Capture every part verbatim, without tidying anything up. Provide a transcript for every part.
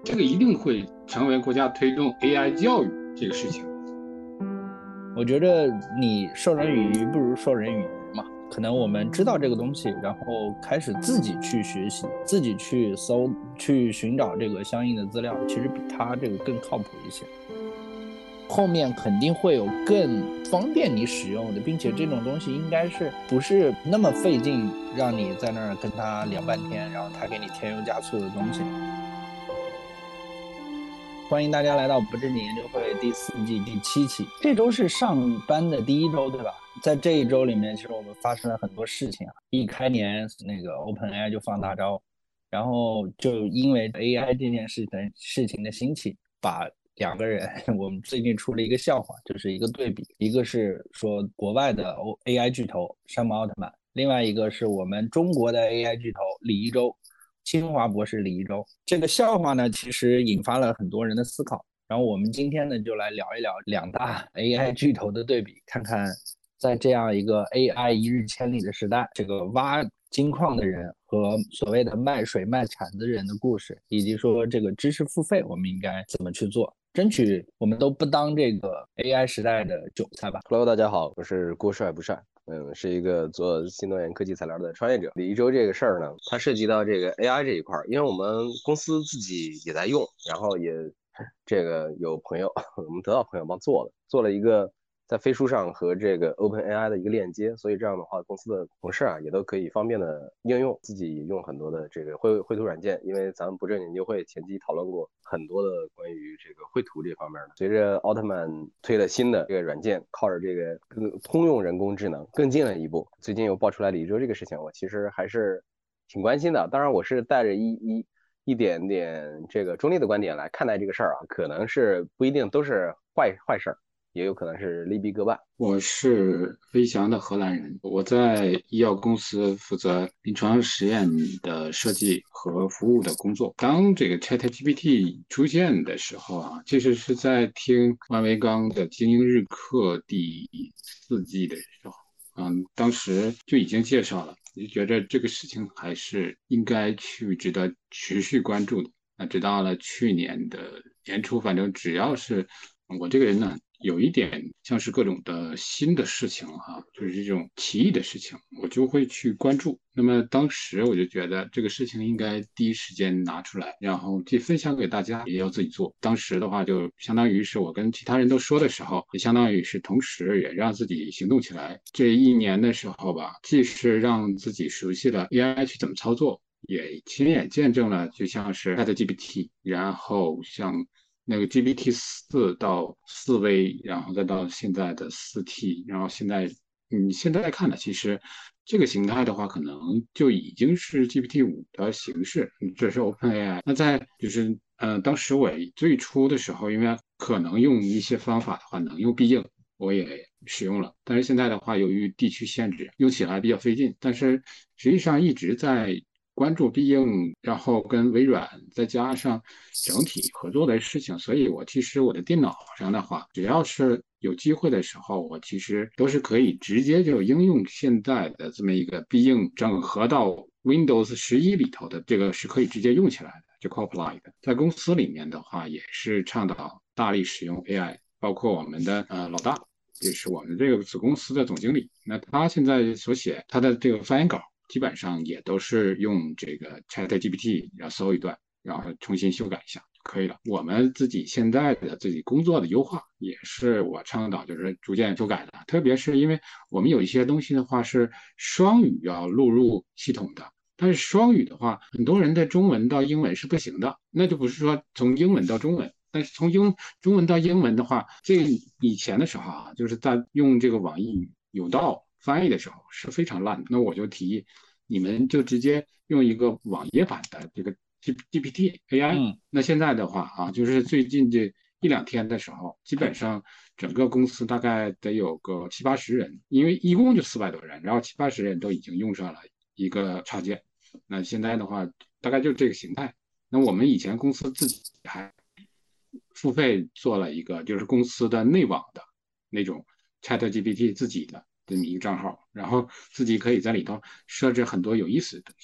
这个一定会成为国家推动 A I 教育这个事情。 我觉得你授人以鱼不如授人以渔嘛。可能我们知道这个东西，然后开始自己去学习，自己去搜，去寻找这个相应的资料，其实比他这个更靠谱一些。后面肯定会有更方便你使用的，并且这种东西应该是不是那么费劲，让你在那儿跟他聊半天，然后他给你添油加醋的东西。欢迎大家来到不正经研究会第四季第七期。这周是上班的第一周，对吧？在这一周里面，其实我们发生了很多事情啊。一开年，那个 OpenAI 就放大招，然后就因为 A I 这件事的事情的兴起，把两个人，我们最近出了一个笑话，就是一个对比，一个是说国外的 A I 巨头山姆奥特曼，另外一个是我们中国的 A I 巨头李一舟。清华博士李一舟。这个笑话呢，其实引发了很多人的思考。然后我们今天呢，就来聊一聊两大 A I 巨头的对比，看看在这样一个 A I 一日千里的时代，这个挖金矿的人和所谓的卖水卖铲的人的故事，以及说这个知识付费我们应该怎么去做，争取我们都不当这个 A I 时代的韭菜吧。 Hello， 大家好，我是郭帅不帅。嗯，是一个做新能源科技材料的创业者。李一舟这个事儿呢，它涉及到这个 A I 这一块，因为我们公司自己也在用，然后也这个有朋友，我们得到朋友帮做了，做了一个在飞书上和这个 OpenAI 的一个链接，所以这样的话，公司的同事啊也都可以方便的应用，自己用很多的这个绘绘图软件，因为咱们不正研究会前期讨论过很多的关于这个绘图这方面的。随着奥特曼推了新的这个软件，靠着这个通用人工智能更进了一步。最近又爆出来李一舟这个事情，我其实还是挺关心的。当然，我是带着一一一点点这个中立的观点来看待这个事儿啊，可能是不一定都是坏坏事儿，也有可能是利弊各半。 我是飞翔的荷兰人，我在医药公司负责临床实验的设计和服务的工作。当这个 ChatGPT 出现的时候啊，其实是在听万维钢的精英日课第四季的时候，嗯，当时就已经介绍了，就觉得这个事情还是应该去值得持续关注的。那直到了去年的年初，反正只要是我这个人呢，有一点像是各种的新的事情哈、啊，就是这种奇异的事情，我就会去关注。那么当时我就觉得这个事情应该第一时间拿出来，然后既分享给大家，也要自己做。当时的话，就相当于是我跟其他人都说的时候，也相当于是同时也让自己行动起来。这一年的时候吧，既是让自己熟悉了 A I 去怎么操作，也亲眼见证了，就像是 ChatGPT，然后像那个 G P T 四到四 V，然后再到现在的四 T，然后现在你现在看的，其实这个形态的话，可能就已经是 G P T 五的形式，这是 OpenAI。那在就是呃，当时我最初的时候，因为可能用一些方法的话，能用必应，我也使用了。但是现在的话，由于地区限制，用起来比较费劲。但是实际上一直在关注必应，然后跟微软再加上整体合作的事情，所以我其实我的电脑上的话，只要是有机会的时候，我其实都是可以直接就应用现在的这么一个必应整合到 Windows 十一里头的这个是可以直接用起来的，就 Copilot。在公司里面的话，也是倡导大力使用 A I，包括我们的呃老大。也是我们这个子公司的总经理，那他现在所写他的这个发言稿，基本上也都是用这个 ChatGPT，然后搜一段，然后重新修改一下就可以了。我们自己现在的自己工作的优化，也是我倡导就是逐渐修改的。特别是因为我们有一些东西的话是双语要录入系统的，但是双语的话，很多人的中文到英文是不行的，那就不是说从英文到中文。但是从英中文到英文的话，这个以前的时候啊，就是在用这个网易有道翻译的时候是非常烂的。那我就提议，你们就直接用一个网页版的这个 G P T A I。 嗯， 那现在的话啊，就是最近这一两天的时候，基本上整个公司大概得有个七八十人，因为一共就四百多人，然后七八十人都已经用上了一个插件。那现在的话，大概就是这个形态。那我们以前公司自己还付费做了一个就是公司的内网的那种 ChatGPT 自己的这么一个账号，然后自己可以在里头设置很多有意思的东西。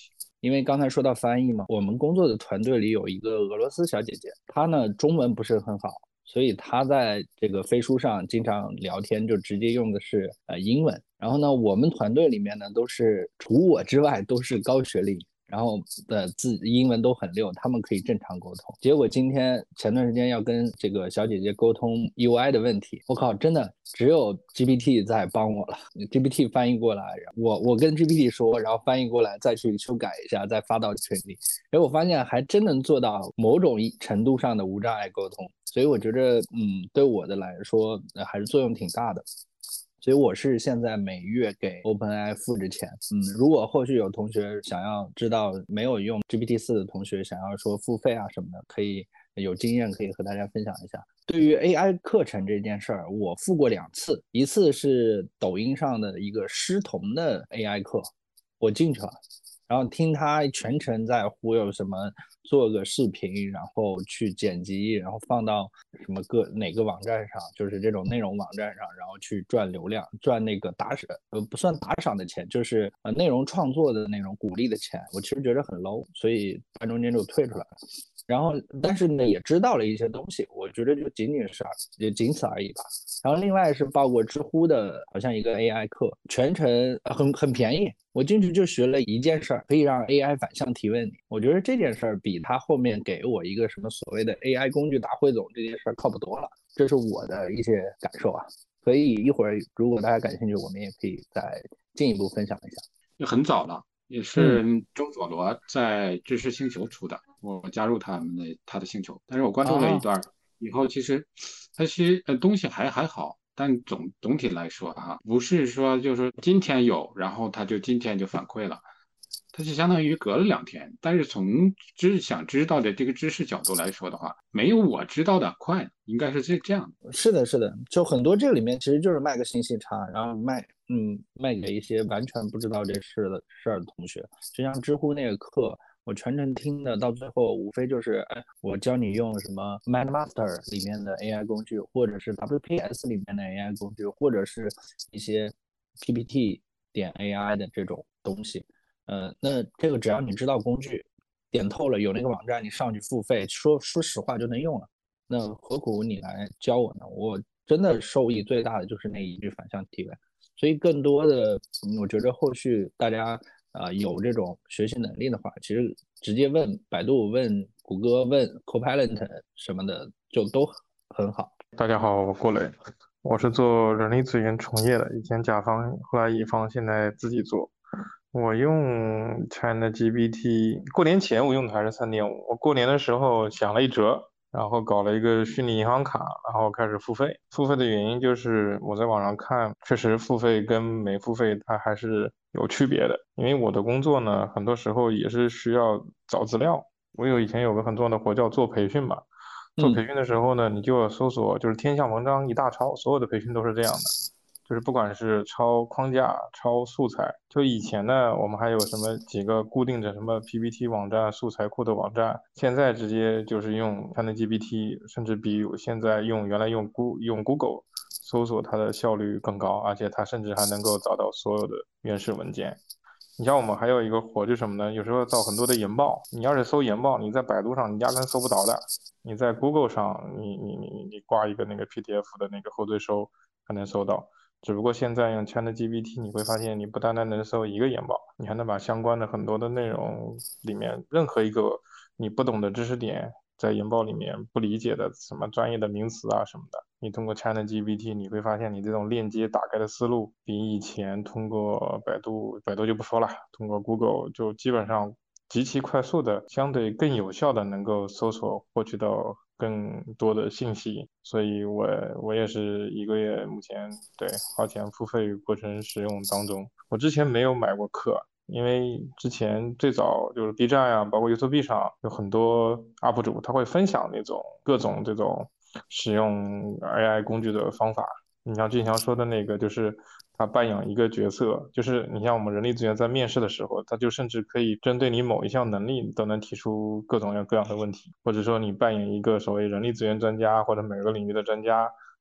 因为刚才说到翻译嘛，我们工作的团队里有一个俄罗斯小姐姐，她呢中文不是很好，所以她在这个飞书上经常聊天就直接用的是呃英文。然后呢，我们团队里面呢都是除我之外都是高学历，然后的字英文都很溜，他们可以正常沟通。结果今天前段时间要跟这个小姐姐沟通 U I 的问题，我靠，真的只有 G P T 在帮我了。G P T 翻译过来，我我跟 G P T 说，然后翻译过来，再去修改一下，再发到群里。哎，我发现还真能做到某种程度上的无障碍沟通。所以我觉得，嗯，对我的来说，呃还是作用挺大的。所以我是现在每月给 OpenAI 付着钱，嗯，如果后续有同学想要知道没有用 G P T 四的同学想要说付费啊什么的，可以有经验可以和大家分享一下。对于 A I 课程这件事儿，我付过两次，一次是抖音上的一个师彤的 A I 课，我进去了，然后听他全程在忽悠什么，做个视频，然后去剪辑，然后放到什么个哪个网站上，就是这种内容网站上，然后去赚流量，赚那个打赏，呃，不算打赏的钱，就是呃内容创作的那种鼓励的钱。我其实觉得很 low，所以半中间就退出来了。然后，但是呢，也知道了一些东西，我觉得就仅仅是也仅此而已吧。然后另外是报过知乎的，好像一个 A I 课，全程很很便宜，我进去就学了一件事儿，可以让 A I 反向提问你。我觉得这件事儿比他后面给我一个什么所谓的 A I 工具大汇总这件事儿靠谱多了，这是我的一些感受啊。所以一会儿如果大家感兴趣，我们也可以再进一步分享一下。 就很早了，也是周佐罗在知识星球出的，我加入他们的他的星球，但是我关注了一啊段以后，其实它其呃东西还还好，但总总体来说啊，不是说就是说今天有，然后他就今天就反馈了，它就相当于隔了两天，但是从知想知道的这个知识角度来说的话，没有我知道的快，应该是这这样的。 是的，是的，就很多这里面其实就是卖个信息差，然后卖嗯卖给一些完全不知道这事的事儿的同学。就像知乎那个课，我全程听的，到最后无非就是，哎，我教你用什么 MindMaster 里面的 A I 工具，或者是 W P S 里面的 A I 工具，或者是一些 P P T 点 A I 的这种东西。呃，那这个只要你知道工具，点透了，有那个网站，你上去付费，说说实话就能用了。那何苦你来教我呢？我真的受益最大的就是那一句反向提问，所以更多的，嗯我觉得后续大家啊、呃有这种学习能力的话，其实直接问百度、问谷歌、问 Copilot 什么的，就都很好。 大家好，我郭磊，我是做人力资源从业的，以前甲方，后来乙方，现在自己做。我用 ChatGPT，过年前我用的还是三点五，我过年的时候想了一折，然后搞了一个虚拟银行卡，然后开始付费。付费的原因就是我在网上看，确实付费跟没付费它还是有区别的。因为我的工作呢，很多时候也是需要找资料。我有以前有个很重要的活叫做培训嘛，做培嗯训的时候呢，你就要搜索，就是天下文章一大抄，所有的培训都是这样的。就是不管是抄框架、抄素材，就以前呢，我们还有什么几个固定的什么 P P T 网站、素材库的网站，现在直接就是用 ChatGPT，甚至比现在用原来用 Go 用 Google 搜索它的效率更高，而且它甚至还能够找到所有的原始文件。你像我们还有一个活就是什么呢？有时候造很多的研报，你要是搜研报，你在百度上你压根搜不着的，你在 Google 上，你你你你挂一个那个 P D F 的那个后缀搜，还能搜到。只不过现在用 ChatGPT，你会发现你不单单能搜一个研报，你还能把相关的很多的内容里面任何一个你不懂的知识点，在研报里面不理解的什么专业的名词啊什么的，你通过 ChatGPT，你会发现你这种链接打开的思路比以前通过百度，百度就不说了，通过 Google 就基本上极其快速的，相对更有效的能够搜索获取到更多的信息，所以我我也是一个月目前对花钱付费过程使用当中，我之前没有买过课，因为之前最早就是 B 站呀，包括 YouTube 上有很多 U P 主，他会分享那种各种这种使用 A I 工具的方法。你像俊强说的那个，就是他扮演一个角色，就是你像我们人力资源在面试的时候，他就甚至可以针对你某一项能力都能提出各种各样的问题，或者说你扮演一个所谓人力资源专家或者每个领域的专家，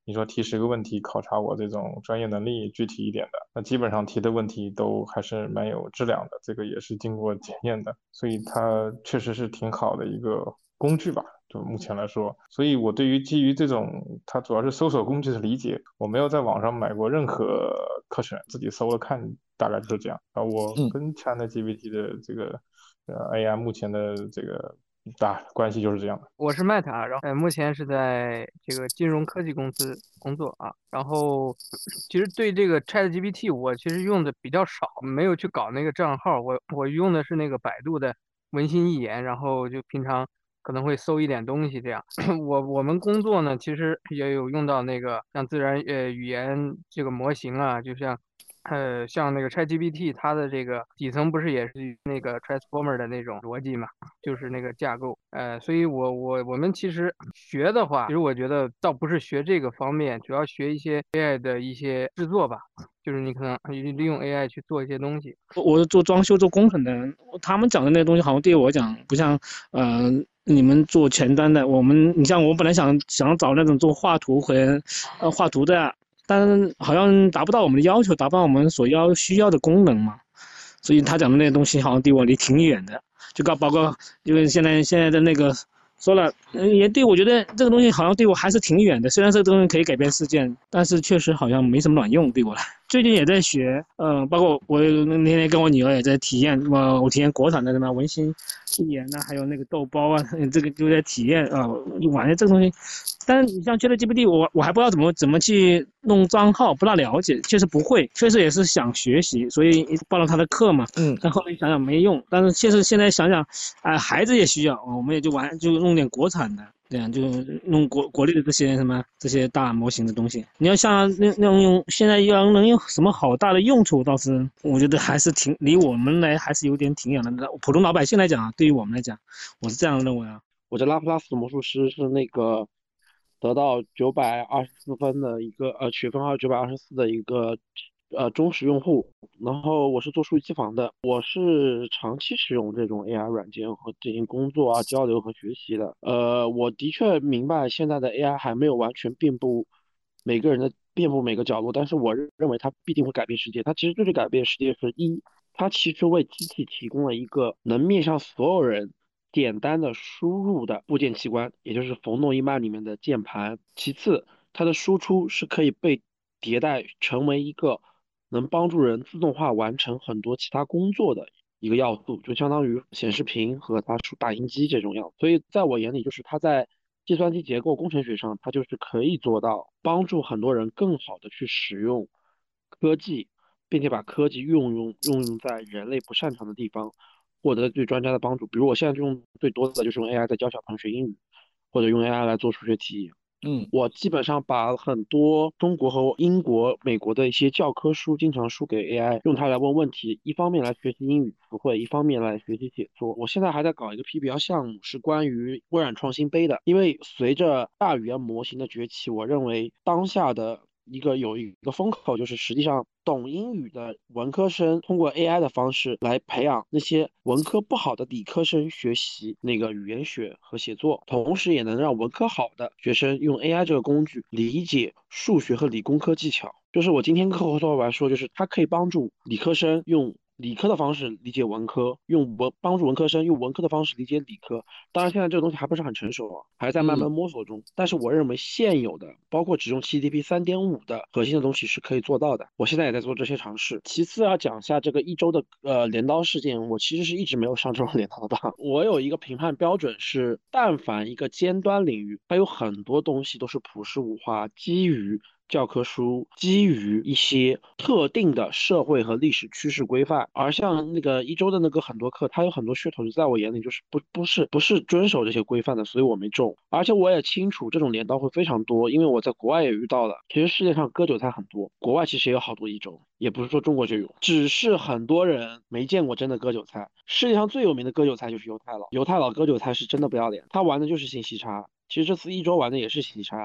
你说提十个问题考察我这种专业能力具体一点的，那基本上提的问题都还是蛮有质量的，这个也是经过检验的，所以它确实是挺好的一个工具吧，就目前来说。所以我对于基于这种它主要是搜索工具的理解，我没有在网上买过任何课程，自己搜了看，大概就是这样啊。我跟 ChatGPT 的这个呃 A I 目前的这个大关系就是这样的。 我是 Matt 啊，然后呃目前是在这个金融科技公司工作啊，然后其实对这个 ChatGPT 我其实用的比较少，没有去搞那个账号，我我用的是那个百度的文心一言，然后就平常可能会搜一点东西这样。我我们工作呢，其实也有用到那个像自然呃语言这个模型啊，就像呃像那个 ChatGPT 它的这个底层不是也是那个 Transformer 的那种逻辑嘛，就是那个架构。呃，所以我我我们其实学的话，其实我觉得倒不是学这个方面，主要学一些 A I 的一些制作吧，就是你可能利用 A I 去做一些东西。 我是做装修做工程的，他们讲的那个东西好像对我讲不像呃你们做前端的，我们你像我本来想想找那种做画图和呃画图的，但好像达不到我们的要求，达不到我们所要需要的功能嘛，所以他讲的那些东西好像离我离挺远的，就包括因为现在现在的那个说了，也对我觉得这个东西好像对我还是挺远的，虽然这个东西可以改变世界，但是确实好像没什么卵用对我来。最近也在学，呃，包括我那天跟我女儿也在体验，我我体验国产的什么文心一言呐，还有那个豆包啊，这个就在体验啊，玩这个东西。但是你像 ChatGPT， 我我还不知道怎么怎么去弄账号，不大了解，确实不会，确实也是想学习，所以报了他的课嘛，嗯，但后面想想没用，但是确实现在想想，啊、呃，孩子也需要，我们也就玩就弄点国产的。这样就弄国国内的这些什么这些大模型的东西，你要像那那种用现在要能有什么好大的用处，倒是我觉得还是挺离我们来还是有点挺远的。普通老百姓来讲，对于我们来讲，我是这样认为啊。 我这拉普拉斯魔术师是那个得到九百二十四分的一个呃学分号九百二十四的一个呃忠实用户，然后我是做数据机房的，我是长期使用这种 A I 软件和进行工作啊、交流和学习的。呃，我的确明白现在的 A I 还没有完全遍布每个人的遍布每个角落，但是我认为它必定会改变世界。它其实最最改变世界是一，它其实为机器提供了一个能面向所有人简单的输入的部件器官，也就是冯诺依曼里面的键盘。其次，它的输出是可以被迭代成为一个能帮助人自动化完成很多其他工作的一个要素，就相当于显示屏和它数打印机这种样子。所以在我眼里，就是它在计算机结构工程学上，它就是可以做到帮助很多人更好的去使用科技，并且把科技运用用用在人类不擅长的地方，获得最专家的帮助。比如我现在用最多的就是用 A I 在教小朋友学英语，或者用 A I 来做数学题。 嗯， 我基本上把很多中国和英国、美国的一些教科书经常输给 A I， 用它来问问题，一方面来学习英语词汇，一方面来学习写作。我现在还在搞一个 P B L 项目，是关于微软创新杯的。因为随着大语言模型的崛起，我认为当下的一个有一个风口，就是实际上懂英语的文科生通过 A I 的方式来培养那些文科不好的理科生学习那个语言学和写作，同时也能让文科好的学生用 A I 这个工具理解数学和理工科技巧。就是我今天课后头来说，就是它可以帮助理科生用理科的方式理解文科，用文帮助文科生用文科的方式理解理科。当然，现在这个东西还不是很成熟啊，还在慢慢摸索中。嗯、但是我认为现有的，包括只用 G D P 三点五 的核心的东西是可以做到的。我现在也在做这些尝试。其次要讲一下这个一周的呃镰刀事件，我其实是一直没有上这种镰刀的。我有一个评判标准是，但凡一个尖端领域，它有很多东西都是朴实无华，基于教科书，基于一些特定的社会和历史趋势规范，而像那个一周的那个很多课，它有很多噱头，就在我眼里就是不不是不是遵守这些规范的，所以我没中。而且我也清楚这种镰刀会非常多，因为我在国外也遇到了。其实世界上割韭菜很多，国外其实也有好多一周，也不是说中国就有，只是很多人没见过真的割韭菜。世界上最有名的割韭菜就是犹太佬，犹太佬割韭菜是真的不要脸，他玩的就是信息差。其实这次一周玩的也是信息差。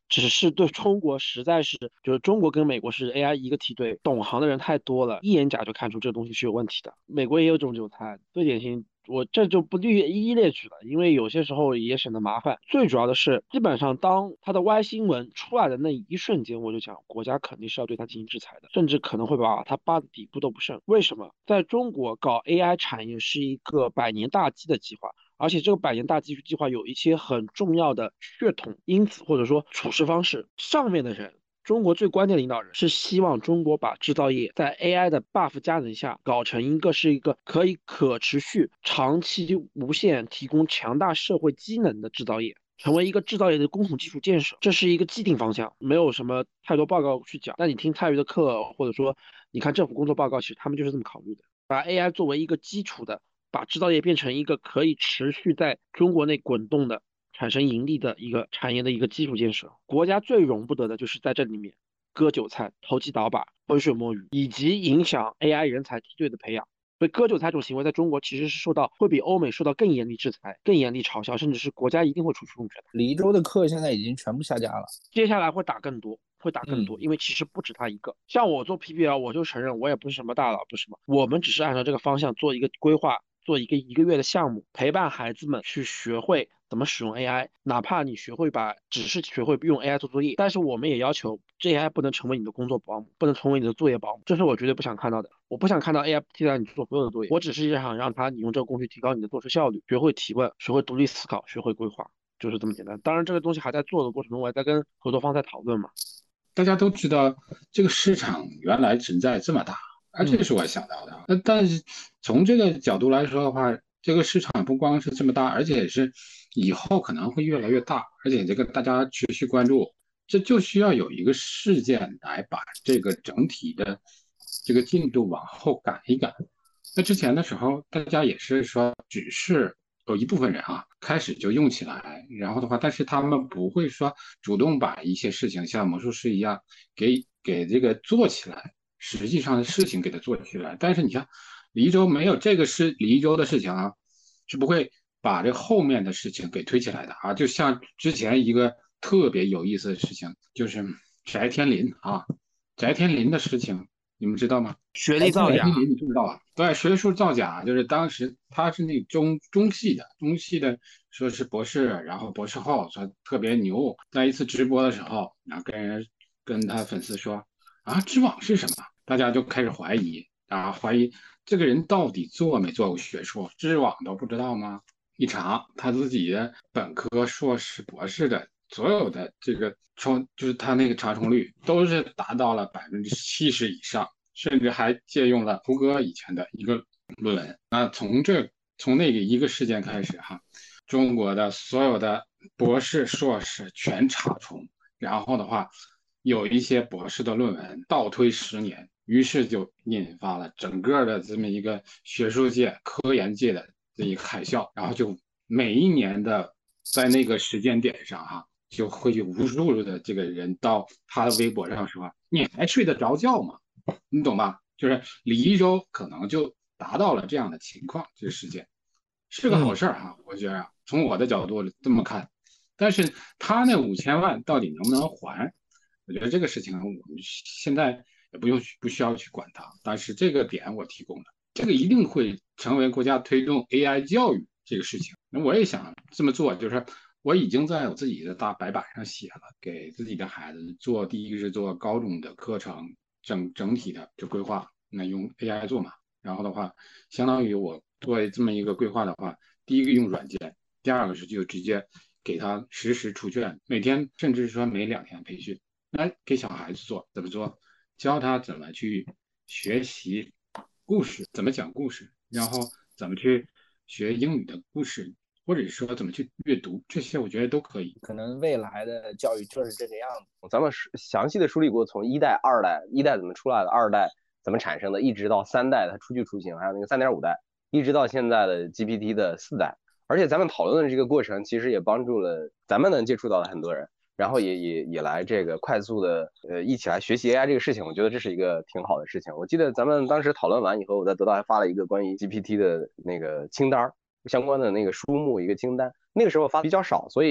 只是对中国实在是就是中国跟美国是 A I 一个梯队，懂行的人太多了，一眼假就看出这个东西是有问题的。美国也有这种韭菜，最典型。我这就不一一列举了，因为有些时候也显得麻烦。最主要的是，基本上当它的歪新闻出来的那一瞬间，我就讲国家肯定是要对它进行制裁的，甚至可能会把它扒的底部都不剩。为什么？在中国搞 A I 产业是一个百年大计的计划，而且这个百年大计计划有一些很重要的血统因子或者说处事方式，上面的人。中国最关键的领导人是希望中国把制造业在 A I 的 buff 加成下搞成一个是一个可以可持续、长期无限提供强大社会机能的制造业，成为一个制造业的公统基础建设，这是一个既定方向，没有什么太多报告去讲。但你听蔡宇的课，或者说你看政府工作报告，其实他们就是这么考虑的，把 A I 作为一个基础的，把制造业变成一个可以持续在中国内滚动的。产生盈利的一个产业的一个基础建设，国家最容不得的就是在这里面割韭菜、投机倒把、浑水摸鱼，以及影响 A I 人才梯队的培养。所以割韭菜这种行为在中国其实是受到会比欧美受到更严厉制裁、更严厉嘲笑，甚至是国家一定会出出重拳的。 李一舟的课现在已经全部下架了， 接下来会打更多。会打更多，因为其实不止他一个。像我做 P B L， 我就承认我也不是什么大佬，不是什么，我们只是按照这个方向做一个规划，做一个一个月的项目，陪伴孩子们去学会怎么使用 A I。哪怕你学会把，只是学会用 A I 做作业，但是我们也要求这 A I 不能成为你的工作保姆，不能成为你的作业保姆，这是我绝对不想看到的。我不想看到 A I 替代你做所有的作业，我只是想让它你用这个工具提高你的做事效率，学会提问，学会独立思考，学会规划。就是这么简单。当然，这个东西还在做的过程中，我还在跟合作方在讨论嘛。 大家都知道这个市场原来存在这么大，啊，这是我想到的。那、嗯、但是从这个角度来说的话，这个市场不光是这么大，而且是以后可能会越来越大，而且这个大家持续关注，这就需要有一个事件来把这个整体的这个进度往后赶一赶。那之前的时候，大家也是说，只是有一部分人啊，开始就用起来，然后的话，但是他们不会说主动把一些事情像魔术师一样给给这个做起来，实际上的事情给它做起来。但是你看，李一舟没有这个事，李一舟的事情啊，是不会把这后面的事情给推起来的啊。就像之前一个特别有意思的事情，就是翟天临啊，翟天临的事情。你们知道吗？ 学历造假， 你知道吧？对，学术造假，就是当时他是那中中戏的，中戏的说是博士，然后博士后说特别牛，在一次直播的时候，然后跟人跟他粉丝说啊，知网是什么？大家就开始怀疑啊，怀疑这个人到底做没做过学术，知网都不知道吗？一查他自己的本科、硕士、博士的。所有的这个冲就是他那个查重率都是达到了百分之七十以上，甚至还借用了胡歌以前的一个论文。那从这从那个一个事件开始哈，中国的所有的博士、硕士全查重，然后的话有一些博士的论文倒推十年，于是就引发了整个的这么一个学术界、科研界的这一个海啸，然后就每一年的在那个时间点上哈。就会有无数的这个人到他的微博上说：“你还睡得着觉吗？”你懂吧？就是李一舟可能就达到了这样的情况，这个事件是个好事儿哈，我觉得从我的角度这么看。但是他那五千万到底能不能还？我觉得这个事情我们现在也不用不需要去管它。但是这个点我提供了，这个一定会成为国家推动 A I 教育这个事情。那我也想这么做，就是。我已经在我自己的大白板上写了，给自己的孩子做第一个是做高中的课程整整体的就规划，那用 A I 做嘛。然后的话，相当于我做这么一个规划的话，第一个用软件，第二个是就直接给他实时出卷，每天甚至说每两天培训，来给小孩子做怎么做，教他怎么去学习故事，怎么讲故事，然后怎么去学英语的故事。或者说怎么去阅读，这些我觉得都可以。 可能未来的教育就是这个样子。 咱们详细的梳理过，从一代、二代，一代怎么出来的，二代怎么产生的，一直到三代它初具雏形，还有那个三点五代，一直到现在的 G P T 的四代。而且咱们讨论的这个过程，其实也帮助了咱们能接触到的很多人，然后也也也来这个快速的呃一起来学习 A I 这个事情，我觉得这是一个挺好的事情。我记得咱们当时讨论完以后，我在得到还发了一个关于 G P T 的那个清单。相关的那个书目一个清单，那个时候发比较少，所以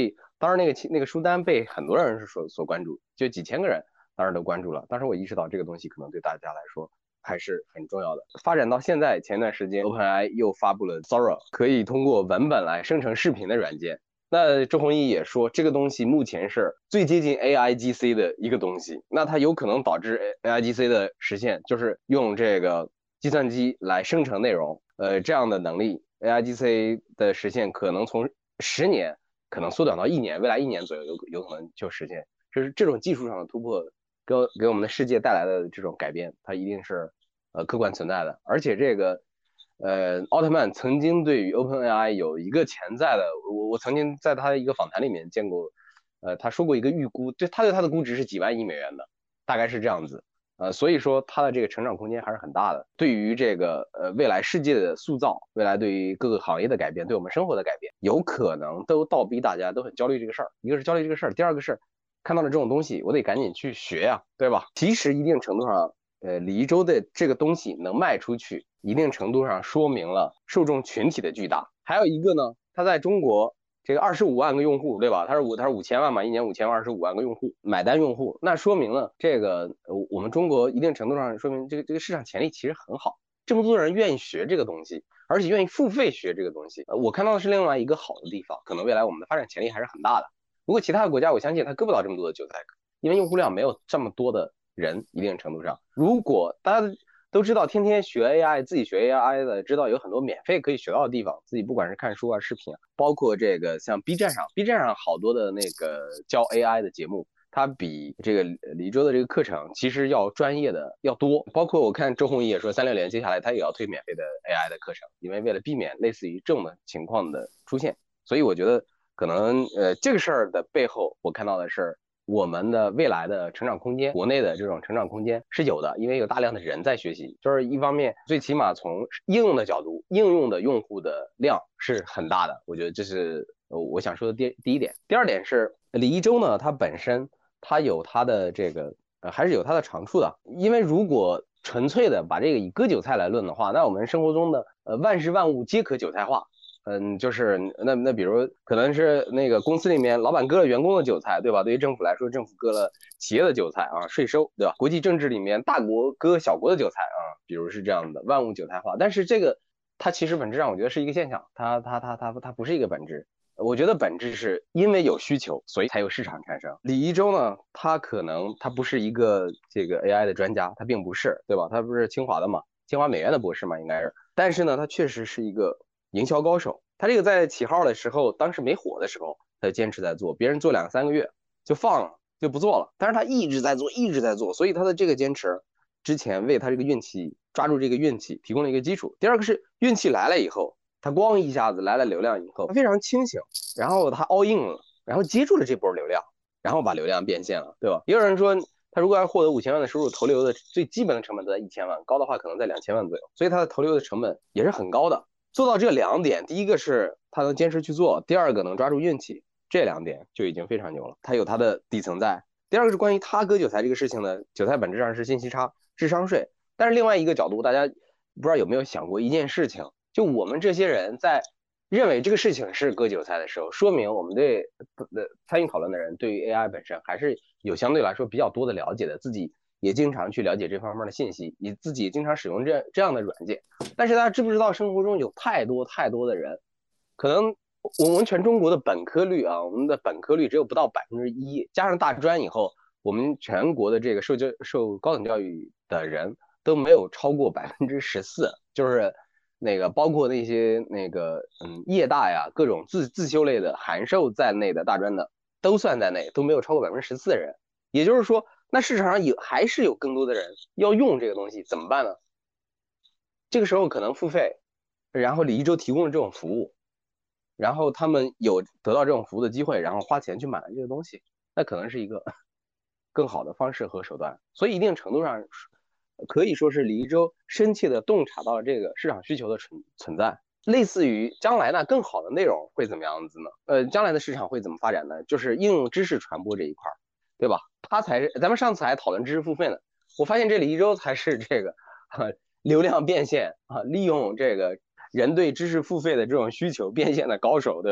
当时那个那个书单被很多人是所所关注，就几千个人当时都关注了。当时我意识到这个东西可能对大家来说还是很重要的。发展到现在，前段时间 OpenAI 又发布了 Sora， 可以通过文本来生成视频的软件。那周鸿祎也说，这个东西目前是最接近 A I G C 的一个东西，那它有可能导致 A I G C 的实现，就是用这个计算机来生成内容，呃，这样的能力 A I G C 的实现可能从十年可能缩短到一年，未来一年左右有有可能就实现。就是这种技术上的突破，给给我们的世界带来的这种改变，它一定是呃客观存在的。而且这个呃奥特曼曾经对于 OpenAI 有一个潜在的，我我曾经在他的一个访谈里面见过，呃他说过一个预估，对他对他的估值是几万亿美元的，大概是这样子。呃，所以说它的这个成长空间还是很大的。对于这个呃未来世界的塑造，未来对于各个行业的改变，对我们生活的改变，有可能都倒逼大家都很焦虑这个事儿。一个是焦虑这个事儿，第二个是看到了这种东西，我得赶紧去学呀、啊，对吧？其实一定程度上，呃，李一舟的这个东西能卖出去，一定程度上说明了受众群体的巨大。还有一个呢，它在中国。这个二十五万个用户，对吧？它是五，它是五千万嘛，一年五千万，二十五万个用户买单用户，那说明了这个我们中国一定程度上说明这个这个市场潜力其实很好，这么多人愿意学这个东西，而且愿意付费学这个东西。我看到的是另外一个好的地方，可能未来我们的发展潜力还是很大的。如果其他的国家，我相信它割不到这么多的韭菜，因为用户量没有这么多的人，一定程度上，如果大家都知道天天学 A I， 自己学 A I 的，知道有很多免费可以学到的地方，自己不管是看书啊、视频啊，包括这个像 B 站上 ，B 站上好多的那个教 A I 的节目，它比这个李周的这个课程其实要专业的要多。包括我看周鸿祎也说，三六零接下来他也要推免费的 A I 的课程，因为为了避免类似于这种的情况的出现，所以我觉得可能呃这个事儿的背后，我看到的是。我们的未来的成长空间，国内的这种成长空间是有的，因为有大量的人在学习。就是一方面，最起码从应用的角度，应用的用户的量是很大的。我觉得这是我想说的第第一点。第二点是李一舟呢，他本身他有他的这个呃还是有他的长处的，因为如果纯粹的把这个以割韭菜来论的话，那我们生活中的呃万事万物皆可韭菜化。嗯，就是那那比如可能是那个公司里面老板割了员工的韭菜，对吧？对于政府来说，政府割了企业的韭菜啊，税收，对吧？国际政治里面大国割小国的韭菜啊，比如是这样的万物韭菜化。但是这个它其实本质上我觉得是一个现象，它它它它它不是一个本质。我觉得本质是因为有需求，所以才有市场产生。李一舟呢，他可能他不是一个这个 A I 的专家，他并不是，对吧？他不是清华的嘛，清华美院的博士嘛，应该是。但是呢，他确实是一个营销高手。他这个在起号的时候，当时没火的时候，他坚持在做，别人做两三个月就放了，就不做了。但是他一直在做，一直在做，所以他的这个坚持，之前为他这个运气抓住这个运气提供了一个基础。第二个是运气来了以后，他光一下子来了流量以后，他非常清醒，然后他 all in 了，然后接住了这波流量，然后把流量变现了，对吧？也有人说，他如果要获得五千万的收入，投流的最基本的成本都在一千万，高的话可能在两千万左右，所以他的投流的成本也是很高的。做到这两点，第一个是他能坚持去做，第二个能抓住运气，这两点就已经非常牛了。他有他的底层在。第二个是关于他割韭菜这个事情呢，韭菜本质上是信息差、智商税。但是另外一个角度，大家不知道有没有想过一件事情，就我们这些人在认为这个事情是割韭菜的时候，说明我们对参与讨论的人对于 A I 本身还是有相对来说比较多的了解的，自己也经常去了解这方面的信息，你自己也经常使用这这样的软件。但是大家知不知道生活中有太多太多的人，可能我们全中国的本科率啊，我们的本科率只有不到百分之一，加上大专以后，我们全国的这个受教受高等教育的人都没有超过百分之十四，就是那个包括那些那个嗯业大呀，各种自自修类的函授在内的大专的都算在内，都没有超过百分之十四的人。也就是说，那市场上有还是有更多的人要用这个东西，怎么办呢？这个时候可能付费，然后李一舟提供了这种服务，然后他们有得到这种服务的机会，然后花钱去买了这个东西，那可能是一个更好的方式和手段。所以一定程度上可以说是李一舟深切的洞察到了这个市场需求的存存在。类似于将来呢更好的内容会怎么样子呢？呃，将来的市场会怎么发展呢？就是应用知识传播这一块，对吧？他才是咱们上次还讨论知识付费呢，我发现这李一舟才是这个啊流量变现啊，利用这个人对知识付费的这种需求变现的高手，对吧？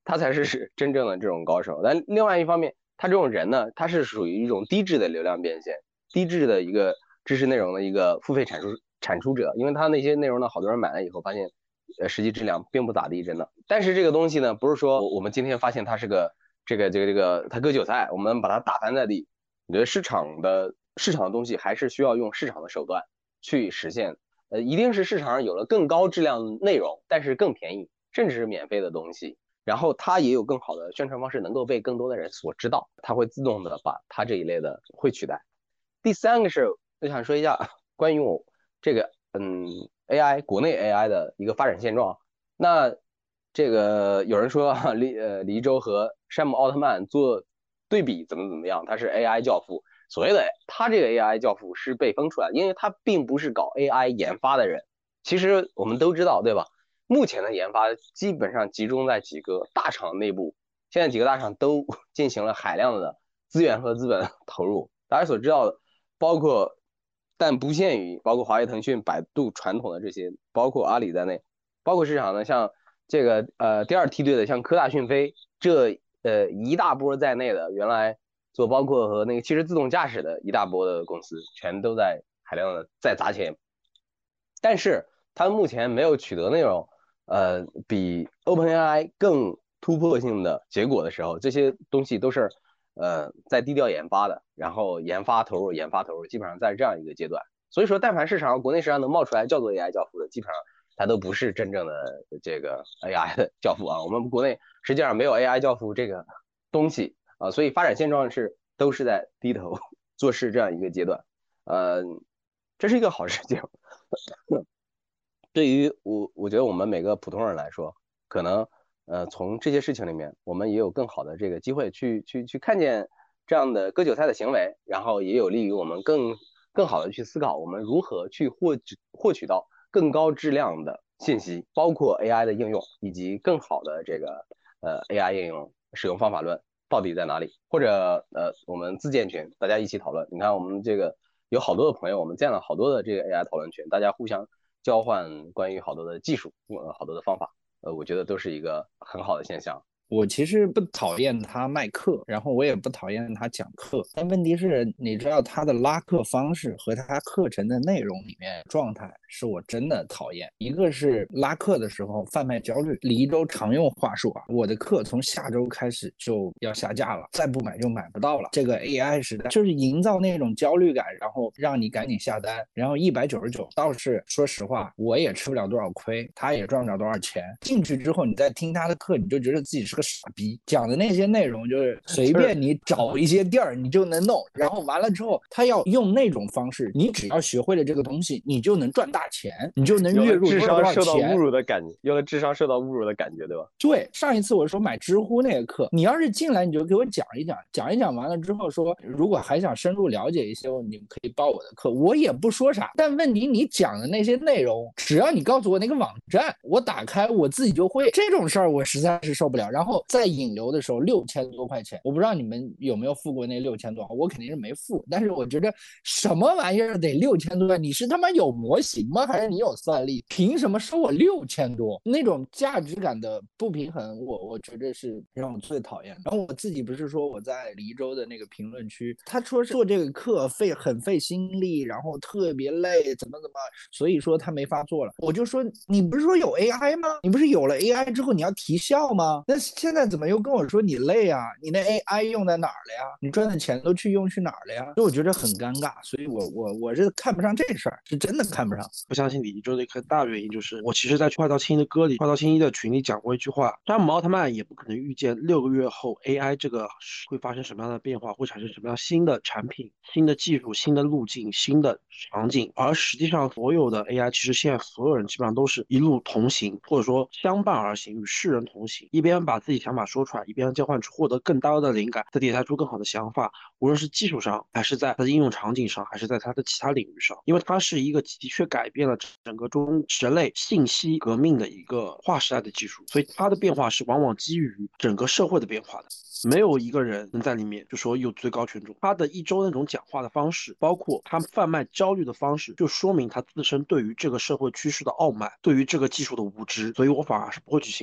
他才是是真正的这种高手。但另外一方面，他这种人呢，他是属于一种低质的流量变现，低质的一个知识内容的一个付费产出产出者，因为他那些内容呢，好多人买了以后发现，呃，实际质量并不咋地，真的。但是这个东西呢，不是说我们今天发现它是个这个这个这个他割韭菜，我们把它打翻在地。我觉得市场的市场的东西还是需要用市场的手段去实现。呃，一定是市场上有了更高质量内容，但是更便宜，甚至是免费的东西，然后它也有更好的宣传方式，能够被更多的人所知道，它会自动的把它这一类的会取代。第三个是我想说一下关于我这个嗯 A I 国内 A I 的一个发展现状。那这个有人说啊，李呃李一舟和山姆奥特曼做对比怎么怎么样，他是 A I 教父。所谓的他这个 A I 教父是被封出来的，因为他并不是搞 A I 研发的人。其实我们都知道，对吧？目前的研发基本上集中在几个大厂内部，现在几个大厂都进行了海量的资源和资本投入。大家所知道的，包括但不限于包括华为、腾讯、百度传统的这些，包括阿里在内，包括市场呢，像这个呃第二梯队的，像科大讯飞这呃一大波在内的，原来做包括和那个汽车自动驾驶的一大波的公司，全都在海量的在砸钱，但是他们目前没有取得那种呃比 OpenAI 更突破性的结果的时候，这些东西都是呃在低调研发的，然后研发投入研发投入基本上在这样一个阶段。所以说但凡市场上国内市场能冒出来叫做 A I 教父的，基本上它都不是真正的这个 A I 的教父啊。我们国内实际上没有 A I 教父这个东西啊，所以发展现状是都是在低头做事这样一个阶段。呃这是一个好事情。对于我我觉得我们每个普通人来说，可能呃从这些事情里面我们也有更好的这个机会去去去看见这样的割韭菜的行为，然后也有利于我们更更好的去思考我们如何去获取获取到更高质量的信息，包括 A I 的应用以及更好的这个呃 A I 应用使用方法论到底在哪里，或者呃我们自建群大家一起讨论。你看我们这个有好多的朋友，我们建了好多的这个 A I 讨论群，大家互相交换关于好多的技术，呃好多的方法，呃我觉得都是一个很好的现象。 我其实不讨厌他卖课，然后我也不讨厌他讲课，但问题是，你知道他的拉客方式和他课程的内容里面状态是我真的讨厌。一个是拉课的时候贩卖焦虑，李一舟常用话术啊，我的课从下周开始就要下架了，再不买就买不到了。这个 A I 时代就是营造那种焦虑感，然后让你赶紧下单，然后一百九十九倒是说实话，我也吃不了多少亏，他也赚不了多少钱。进去之后，你再听他的课，你就觉得自己是个傻逼，讲的那些内容就是随便你找一些地儿你就能弄，然后完了之后他要用那种方式，你只要学会了这个东西，你就能赚大钱，你就能月入智多少多少商受到侮钱。 辱的感觉，有了智商受到侮辱的感觉，对吧？ 对，上一次我说买知乎那个课，你要是进来你就给我讲一讲，讲一讲完了之后说，如果还想深入了解一些，你们可以报我的课，我也不说啥。但问题你讲的那些内容，只要你告诉我那个网站，我打开我自己就会。这种事儿我实在是受不了。然后在引流的时候六千多块钱，我不知道你们有没有付过那六千多，我肯定是没付。但是我觉得什么玩意儿得六千多？你是他妈有模型吗？还是你有算力？凭什么收我六千多？那种价值感的不平衡，我我觉得是让我最讨厌的。然后我自己不是说我在黎州的那个评论区，他说是做这个课费很费心力，然后特别累，怎么怎么，所以说他没法做了。我就说你不是说有 A I 吗？你不是有了 A I 之后你要提效吗？那现在怎么又跟我说你累啊？你那 A I 用在哪儿了呀？你赚的钱都去用去哪儿了呀？所以我觉得很尴尬，所以我我我是看不上这事儿，是真的看不上。 不相信李一舟的一个大原因就是，我其实在快到青一的歌里，快到青一的群里讲过一句话：山姆奥特曼也不可能预见六个月后 A I 这个会发生什么样的变化，会产生什么样新的产品、新的技术、新的路径、新的场景。而实际上，所有的 A I 其实现在所有人基本上都是一路同行，或者说相伴而行，与世人同行，一边把自己想法说出来，一边交换出获得更高的灵感，再迭代出更好的想法，无论是技术上，还是在它的应用场景上，还是在它的其他领域上。因为它是一个的确改变了整个中人类信息革命的一个划时代的技术，所以它的变化是往往基于整个社会的变化的。没有一个人能在里面就说有最高权重。他的一周那种讲话的方式，包括他贩卖焦虑的方式，就说明他自身对于这个社会趋势的傲慢，对于这个技术的无知，所以我反而是不会去信他的。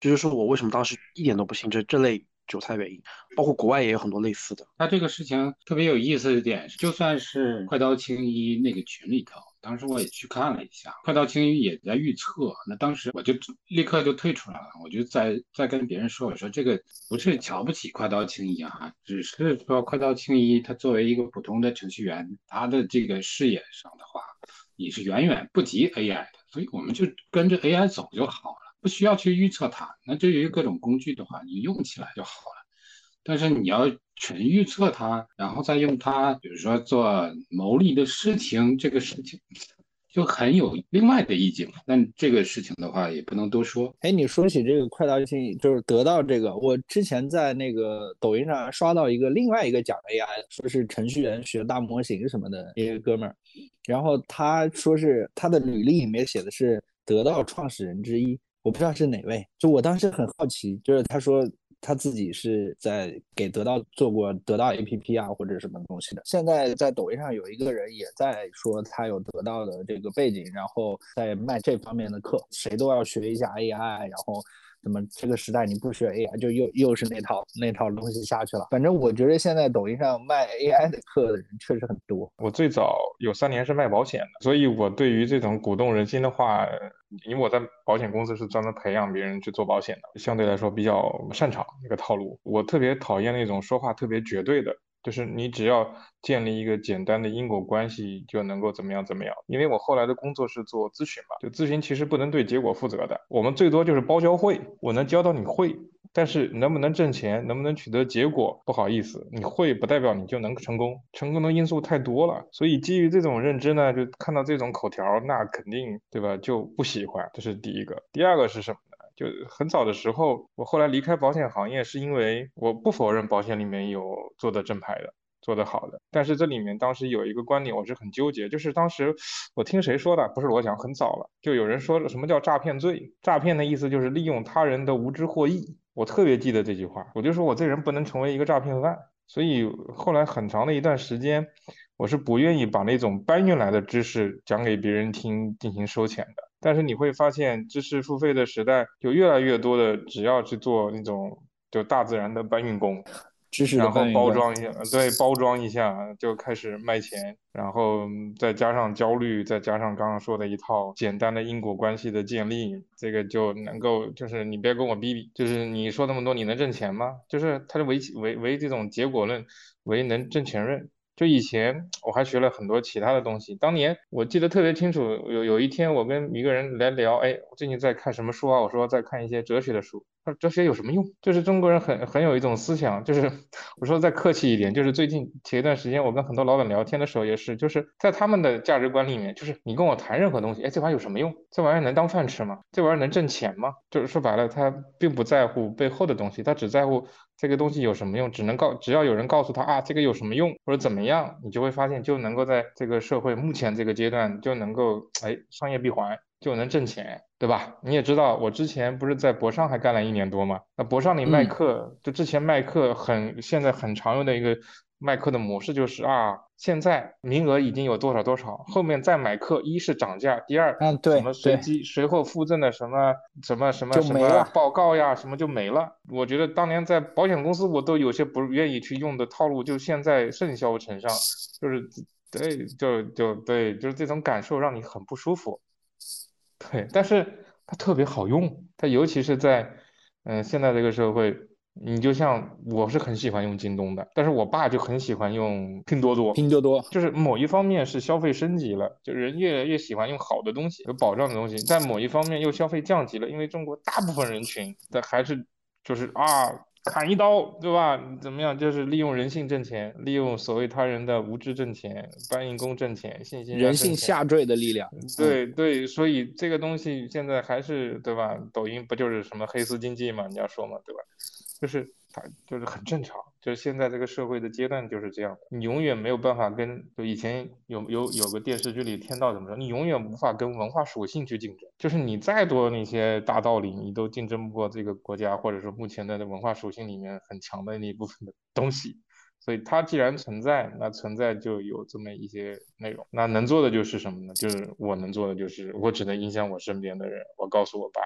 这就是我为什么当时一点都不信这这类韭菜原因，包括国外也有很多类似的。 他这个事情特别有意思的点，就算是快刀青衣那个群里头，当时我也去看了一下，快刀青衣也在预测，那当时我就立刻就退出来了，我就在在跟别人说，我说这个不是瞧不起快刀青衣啊，只是说快刀青衣他作为一个普通的程序员，他的这个视野上的话，你是远远不及 A I 的，所以我们就跟着 A I 走就好了。不需要去预测它。那对于各种工具的话，你用起来就好了。但是你要全预测它，然后再用它，比如说做牟利的事情，这个事情就很有另外的意境。但这个事情的话，也不能多说。 哎，你说起这个快刀青，就是得到这个，我之前在那个抖音上刷到一个另外一个讲 A I，说是程序员学大模型什么的一个哥们儿，然后他说是他的履历里面写的是得到创始人之一，我不知道是哪位。就我当时很好奇，就是他说他自己是在给得到做过得到 A P P 啊或者什么东西的。现在在抖音上有一个人也在说他有得到的这个背景，然后在卖这方面的课，谁都要学一下 A I，然后怎么这个时代你不学 A I 就又又是那套那套东西下去了。反正我觉得现在抖音上卖 A I 的课的人确实很多。 我最早有三年是卖保险的，所以我对于这种鼓动人心的话，因为我在保险公司是专门培养别人去做保险的，相对来说比较擅长这个套路。我特别讨厌那种说话特别绝对的，就是你只要建立一个简单的因果关系就能够怎么样怎么样。因为我后来的工作是做咨询嘛，就咨询其实不能对结果负责的，我们最多就是包教会，我能教到你会，但是能不能挣钱，能不能取得结果，不好意思，你会不代表你就能成功，成功的因素太多了。所以基于这种认知呢，就看到这种口条，那肯定对吧，就不喜欢。这是第一个。第二个是什么呢？就很早的时候，我后来离开保险行业，是因为我不否认保险里面有做的正牌的。做得好的，但是这里面当时有一个观点我是很纠结，就是当时我听谁说的，不是我讲，很早了，就有人说什么叫诈骗罪，诈骗的意思就是利用他人的无知获益，我特别记得这句话，我就说我这人不能成为一个诈骗犯，所以后来很长的一段时间，我是不愿意把那种搬运来的知识讲给别人听进行收钱的。但是你会发现，知识付费的时代，就越来越多的只要去做那种就大自然的搬运工。 知识的然后搬运工包装一下，对，包装一下就开始卖钱，然后再加上焦虑，再加上刚刚说的一套简单的因果关系的建立，这个就能够，就是你别跟我逼逼，就是你说那么多，你能挣钱吗？就是他就唯唯唯这种结果论，唯能挣钱论。就以前我还学了很多其他的东西，当年我记得特别清楚，有有一天我跟一个人来聊，哎，我最近在看什么书啊？我说在看一些哲学的书。他说哲学有什么用？就是中国人很很有一种思想，就是我说再客气一点，就是最近前一段时间我跟很多老板聊天的时候也是，就是在他们的价值观里面，就是你跟我谈任何东西，哎，这玩意有什么用？这玩意能当饭吃吗？这玩意能挣钱吗？就是说白了，他并不在乎背后的东西，他只在乎这个东西有什么用，只能告，只要有人告诉他啊，这个有什么用或者怎么样，你就会发现就能够在这个社会目前这个阶段就能够哎商业闭环。就能挣钱，对吧？你也知道，我之前不是在博商还干了一年多吗？那博商里卖课，就之前卖课很，现在很常用的一个卖课的模式就是啊，现在名额已经有多少多少，后面再买课，一是涨价，第二， 嗯，对什么随机随后附赠的什么什么什么什么就没了报告呀，什么就没了。我觉得当年在保险公司我都有些不愿意去用的套路，就现在甚嚣尘上，就是对，就就对，就是这种感受让你很不舒服。对，但是它特别好用，它尤其是在嗯、呃现在这个社会，你就像我是很喜欢用京东的，但是我爸就很喜欢用拼多多， 拼多多就是某一方面是消费升级了，就人越来越喜欢用好的东西、有保障的东西，但某一方面又消费降级了，因为中国大部分人群的还是就是啊。砍一刀，对吧？怎么样？就是利用人性挣钱，利用所谓他人的无知挣钱，搬运工挣钱，信息人人挣钱。 性下坠的力量。 对对，所以这个东西现在还是对吧？抖音不就是什么黑丝经济嘛？你要说嘛，对吧？就是它就是很正常，就是现在这个社会的阶段就是这样的，你永远没有办法跟就以前有有有个电视剧里天道怎么说，你永远无法跟文化属性去竞争，就是你再多那些大道理，你都竞争不过这个国家或者说目前的文化属性里面很强的那一部分的东西。所以它既然存在，那存在就有这么一些内容。那能做的就是什么呢？就是我能做的就是，我只能影响我身边的人。我告诉我爸，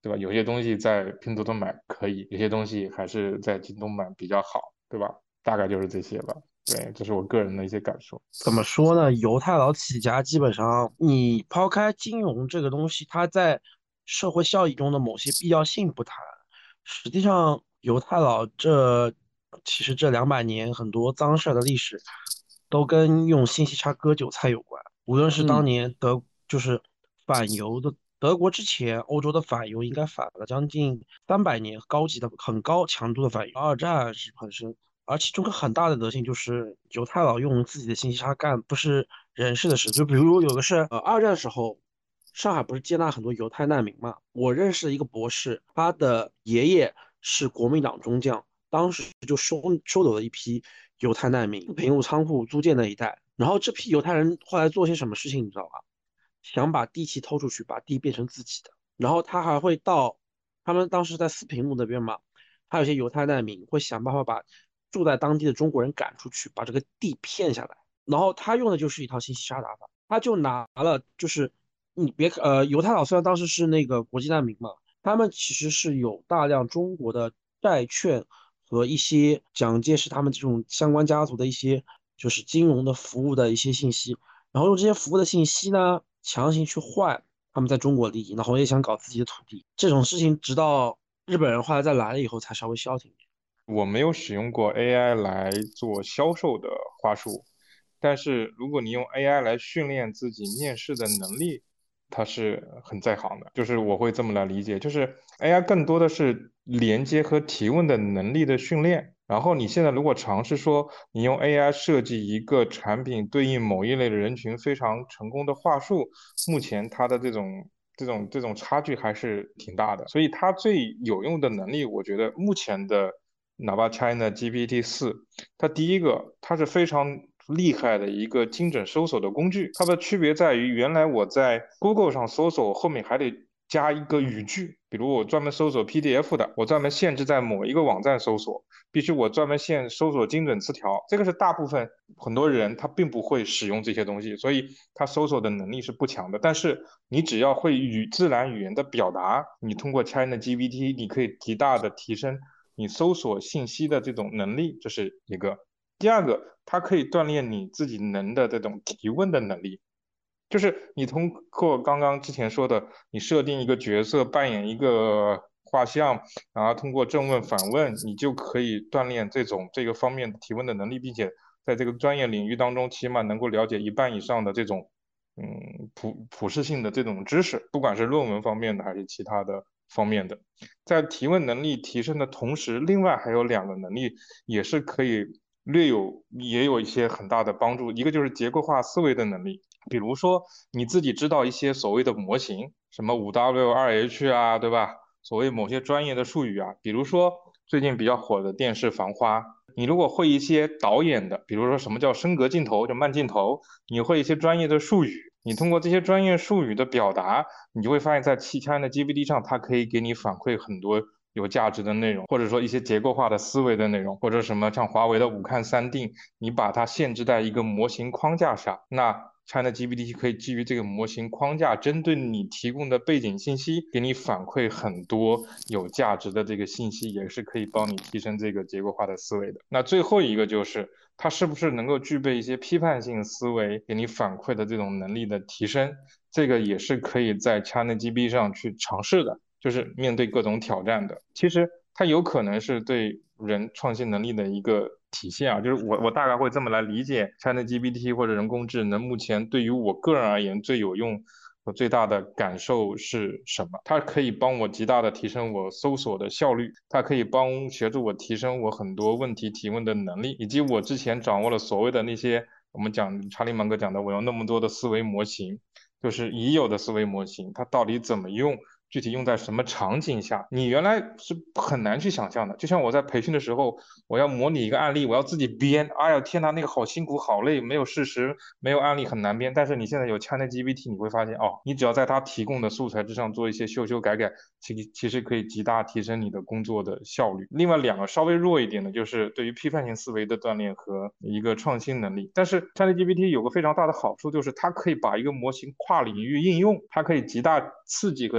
对吧？有些东西在拼多多买可以，有些东西还是在京东买比较好，对吧？大概就是这些吧。对，这是我个人的一些感受。 怎么说呢？犹太佬起家，基本上你抛开金融这个东西，它在社会效益中的某些必要性不谈，实际上犹太佬这其实这两百年很多脏事儿的历史，都跟用信息差割韭菜有关。无论是当嗯， 年德就是反犹的德国之前，欧洲的反犹应该反了将近三百年，高级的很高强度的反犹。二战是本身。而其中个很大的德性就是犹太佬用自己的信息差干不是人事的事，就比如有个是呃二战时候，上海不是接纳很多犹太难民嘛？我认识一个博士，他的爷爷是国民党中将，当时就收收留了一批犹太难民，平入仓库租界那一带。然后这批犹太人后来做些什么事情，你知道吧？想把地契偷出去，把地变成自己的。然后他还会到他们当时在四平路那边嘛，还有一些犹太难民会想办法把住在当地的中国人赶出去，把这个地骗下来。然后他用的就是一套信息差打法，他就拿了就是你别呃犹太佬虽然当时是那个国际难民嘛，他们其实是有大量中国的债券和一些蒋介石他们这种相关家族的一些就是金融的服务的一些信息，然后用这些服务的信息呢，强行去换他们在中国利益，然后也想搞自己的土地。这种事情直到日本人后来再来了以后，才稍微消停。 我没有使用过 A I 来做销售的话术，但是如果你用 A I 来训练自己面试的能力，它是很在行的。就是我会这么来理解，就是 A I 更多的是连接和提问的能力的训练。然后你现在如果尝试说你用 A I 设计一个产品对应某一类的人群非常成功的话术，目前它的这种这种这种差距还是挺大的。所以它最有用的能力，我觉得目前的哪怕 China G P T 四，它第一个它是非常厉害的一个精准搜索的工具，它的区别在于原来我在 Google 上搜索后面还得加一个语句，比如我专门搜索 P D F 的，我专门限制在某一个网站搜索，必须我专门限搜索精准词条，这个是大部分很多人他并不会使用这些东西，所以他搜索的能力是不强的。但是你只要会语自然语言的表达，你通过 China G P T，你可以极大的提升你搜索信息的这种能力，这是一个。第二个，它可以锻炼你自己能的这种提问的能力。就是你通过刚刚之前说的，你设定一个角色，扮演一个画像，然后通过正问反问，你就可以锻炼这种这个方面的提问的能力，并且在这个专业领域当中，起码能够了解一半以上的这种嗯普普适性的这种知识，不管是论文方面的还是其他的方面的。在提问能力提升的同时，另外还有两个能力也是可以略有也有一些很大的帮助，一个就是结构化思维的能力。比如说你自己知道一些所谓的模型，什么五 W 二 H 啊，对吧？所谓某些专业的术语啊，比如说最近比较火的电视《繁花》，你如果会一些导演的，比如说什么叫升格镜头，就慢镜头，你会一些专业的术语，你通过这些专业术语的表达，你就会发现在其他的 G P T 上，它可以给你反馈很多有价值的内容，或者说一些结构化的思维的内容，或者什么像华为的五看三定，你把它限制在一个模型框架上，那 China G P T 可以基于这个模型框架，针对你提供的背景信息，给你反馈很多有价值的这个信息，也是可以帮你提升这个结构化的思维的。那最后一个就是它是不是能够具备一些批判性思维，给你反馈的这种能力的提升，这个也是可以在 China G P T 上去尝试的，就是面对各种挑战的。其实它有可能是对人创新能力的一个体现啊，就是我我大概会这么来理解 China G P T 或者人工智能目前对于我个人而言最有用和最大的感受是什么？它可以帮我极大的提升我搜索的效率，它可以帮协助我提升我很多问题提问的能力，以及我之前掌握了所谓的那些我们讲查理芒格讲的，我有那么多的思维模型，就是已有的思维模型，它到底怎么用？具体用在什么场景下，你原来是很难去想象的。就像我在培训的时候，我要模拟一个案例，我要自己编，哎呀天哪，那个好辛苦好累，没有事实，没有案例很难编。但是你现在有 China G P T， 你会发现哦，你只要在它提供的素材之上做一些修修改改，其其实可以极大提升你的工作的效率。另外两个稍微弱一点的，就是对于批判性思维的锻炼和一个创新能力。但是 China G P T 有个非常大的好处，就是它可以把一个模型跨领域应用，它可以极大刺激和激发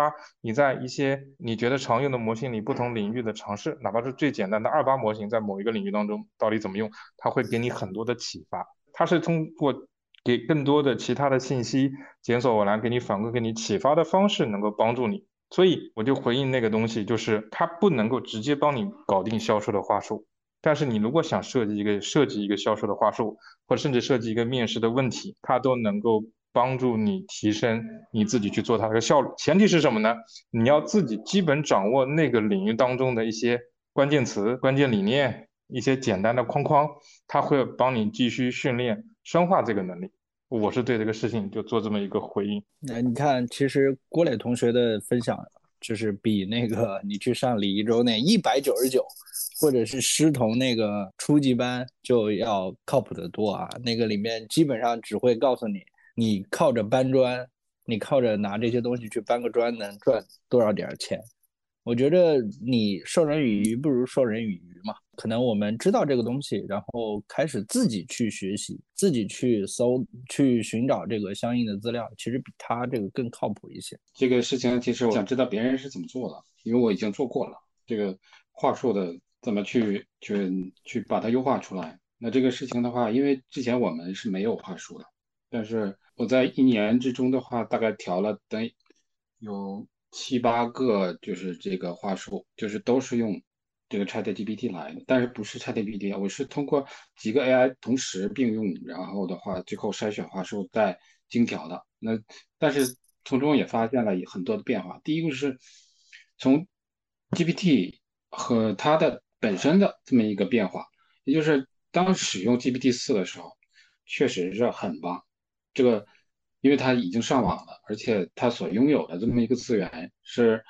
它你在一些你觉得常用的模型里不同领域的尝试，哪怕是最简单的二八模型，在某一个领域当中到底怎么用，它会给你很多的启发。它是通过给更多的其他的信息检索往来，给你反馈、给你启发的方式，能够帮助你。所以我就回应那个东西，就是它不能够直接帮你搞定销售的话术，但是你如果想设计一个设计一个销售的话术，或者甚至设计一个面试的问题，它都能够帮助你提升你自己去做它的效率。前提是什么呢？你要自己基本掌握那个领域当中的一些关键词、关键理念、一些简单的框框，它会帮你继续训练深化这个能力。我是对这个事情就做这么一个回应。 那你看，其实郭磊同学的分享就是比那个你去上李一舟那一百九十九，或者是师彤那个初级班就要靠谱得多啊。那个里面基本上只会告诉你，你靠着搬砖，你靠着拿这些东西去搬个砖能赚多少点钱。我觉得你授人以鱼不如授人以渔嘛。可能我们知道这个东西，然后开始自己去学习，自己去搜，去寻找这个相应的资料，其实比他这个更靠谱一些。 这个事情其实我想知道别人是怎么做的，因为我已经做过了。这个话术的怎么去去去把它优化出来？那这个事情的话，因为之前我们是没有话术的，但是我在一年之中的话，大概调了等有七八个，就是这个话术，就是都是用这个 ChatGPT 来的，但是不是 ChatGPT，我是通过几个 A I 同时并用，然后的话最后筛选话术再精调的。那但是从中也发现了很多的变化。第一个是从 G P T 和它的本身的这么一个变化，也就是当使用 G P T 四的时候，确实是很棒。这个因为它已经上网了，而且它所拥有的这么一个资源是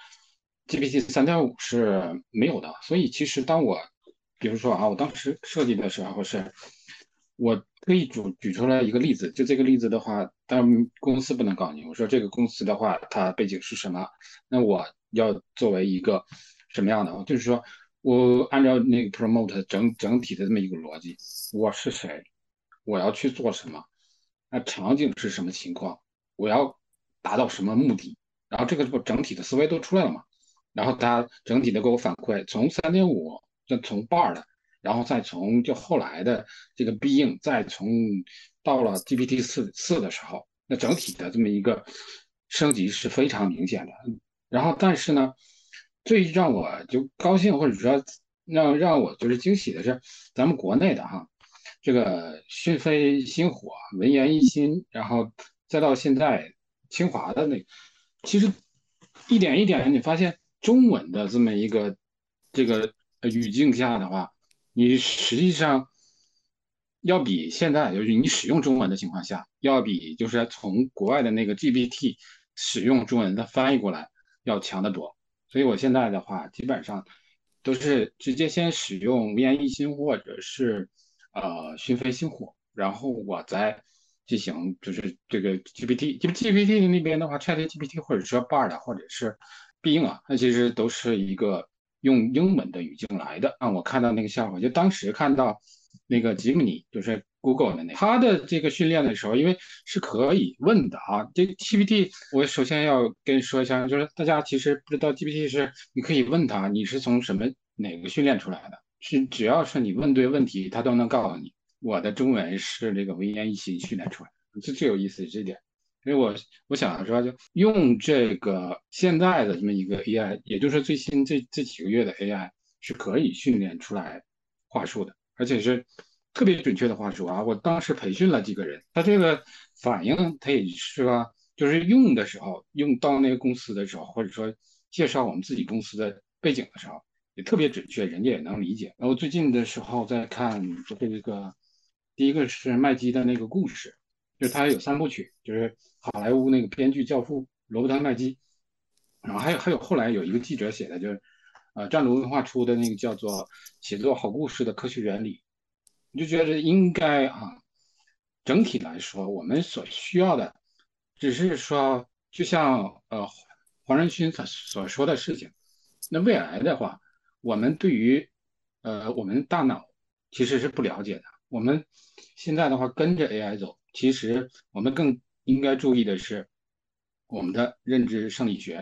G P T 三点五是没有的。所以其实当我比如说啊，我当时设计的时候是，我可以举举出来一个例子，就这个例子的话，当然公司不能告诉你，我说这个公司的话，它背景是什么，那我要作为一个什么样的，就是说我按照那个 promote 整整体的这么一个逻辑，我是谁，我要去做什么，那场景是什么情况，我要达到什么目的，然后这个不整体的思维都出来了嘛，然后它整体的给我反馈，从三点五，就从 bar 的。然后再从就后来的这个 B 应，再从到了 G P T 四四的时候，那整体的这么一个升级是非常明显的。然后但是呢，最让我就高兴或者说让让我就是惊喜的是，咱们国内的哈，这个讯飞星火、文言一心，然后再到现在清华的那个，其实一点一点你发现中文的这么一个这个语境下的话。你实际上要比现在就是你使用中文的情况下，要比就是从国外的那个 G P T 使用中文的翻译过来要强得多。所以我现在的话，基本上都是直接先使用文言一心或者是呃讯飞星火，然后我再进行就是这个 G P T。G P T 那边的话，ChatGPT 或者说 Bard 或者是必应啊，它其实都是一个用英文的语境来的。让我看到那个笑话，就当时看到那个吉姆尼，就是 Google 的那个，他的这个训练的时候，因为是可以问的啊。这 G P T 我首先要跟你说一下，就是大家其实不知道 G P T 是你可以问他你是从什么哪个训练出来的，是只要是你问对问题，他都能告诉你。我的中文是这个文言一心训练出来的，这最有意思的这点。所以我我想说，就用这个现在的这么一个 A I， 也就是最新这这几个月的 A I 是可以训练出来话术的，而且是特别准确的话术啊！我当时培训了几个人，他这个反应他也是吧，就是用的时候，用到那个公司的时候，或者说介绍我们自己公司的背景的时候，也特别准确，人家也能理解。然后最近的时候在看这个，第一个是麦基的那个故事。就是他有三部曲，就是好莱坞那个编剧教父罗伯特麦基，然后还有还有后来有一个记者写的，就是呃战卢文化出的那个叫做《写作好故事的科学原理》，你就觉得应该啊，整体来说我们所需要的，只是说就像呃黄仁勋所所说的事情，那未来的话，我们对于呃我们大脑其实是不了解的，我们现在的话跟着 A I 走。其实我们更应该注意的是我们的认知生理学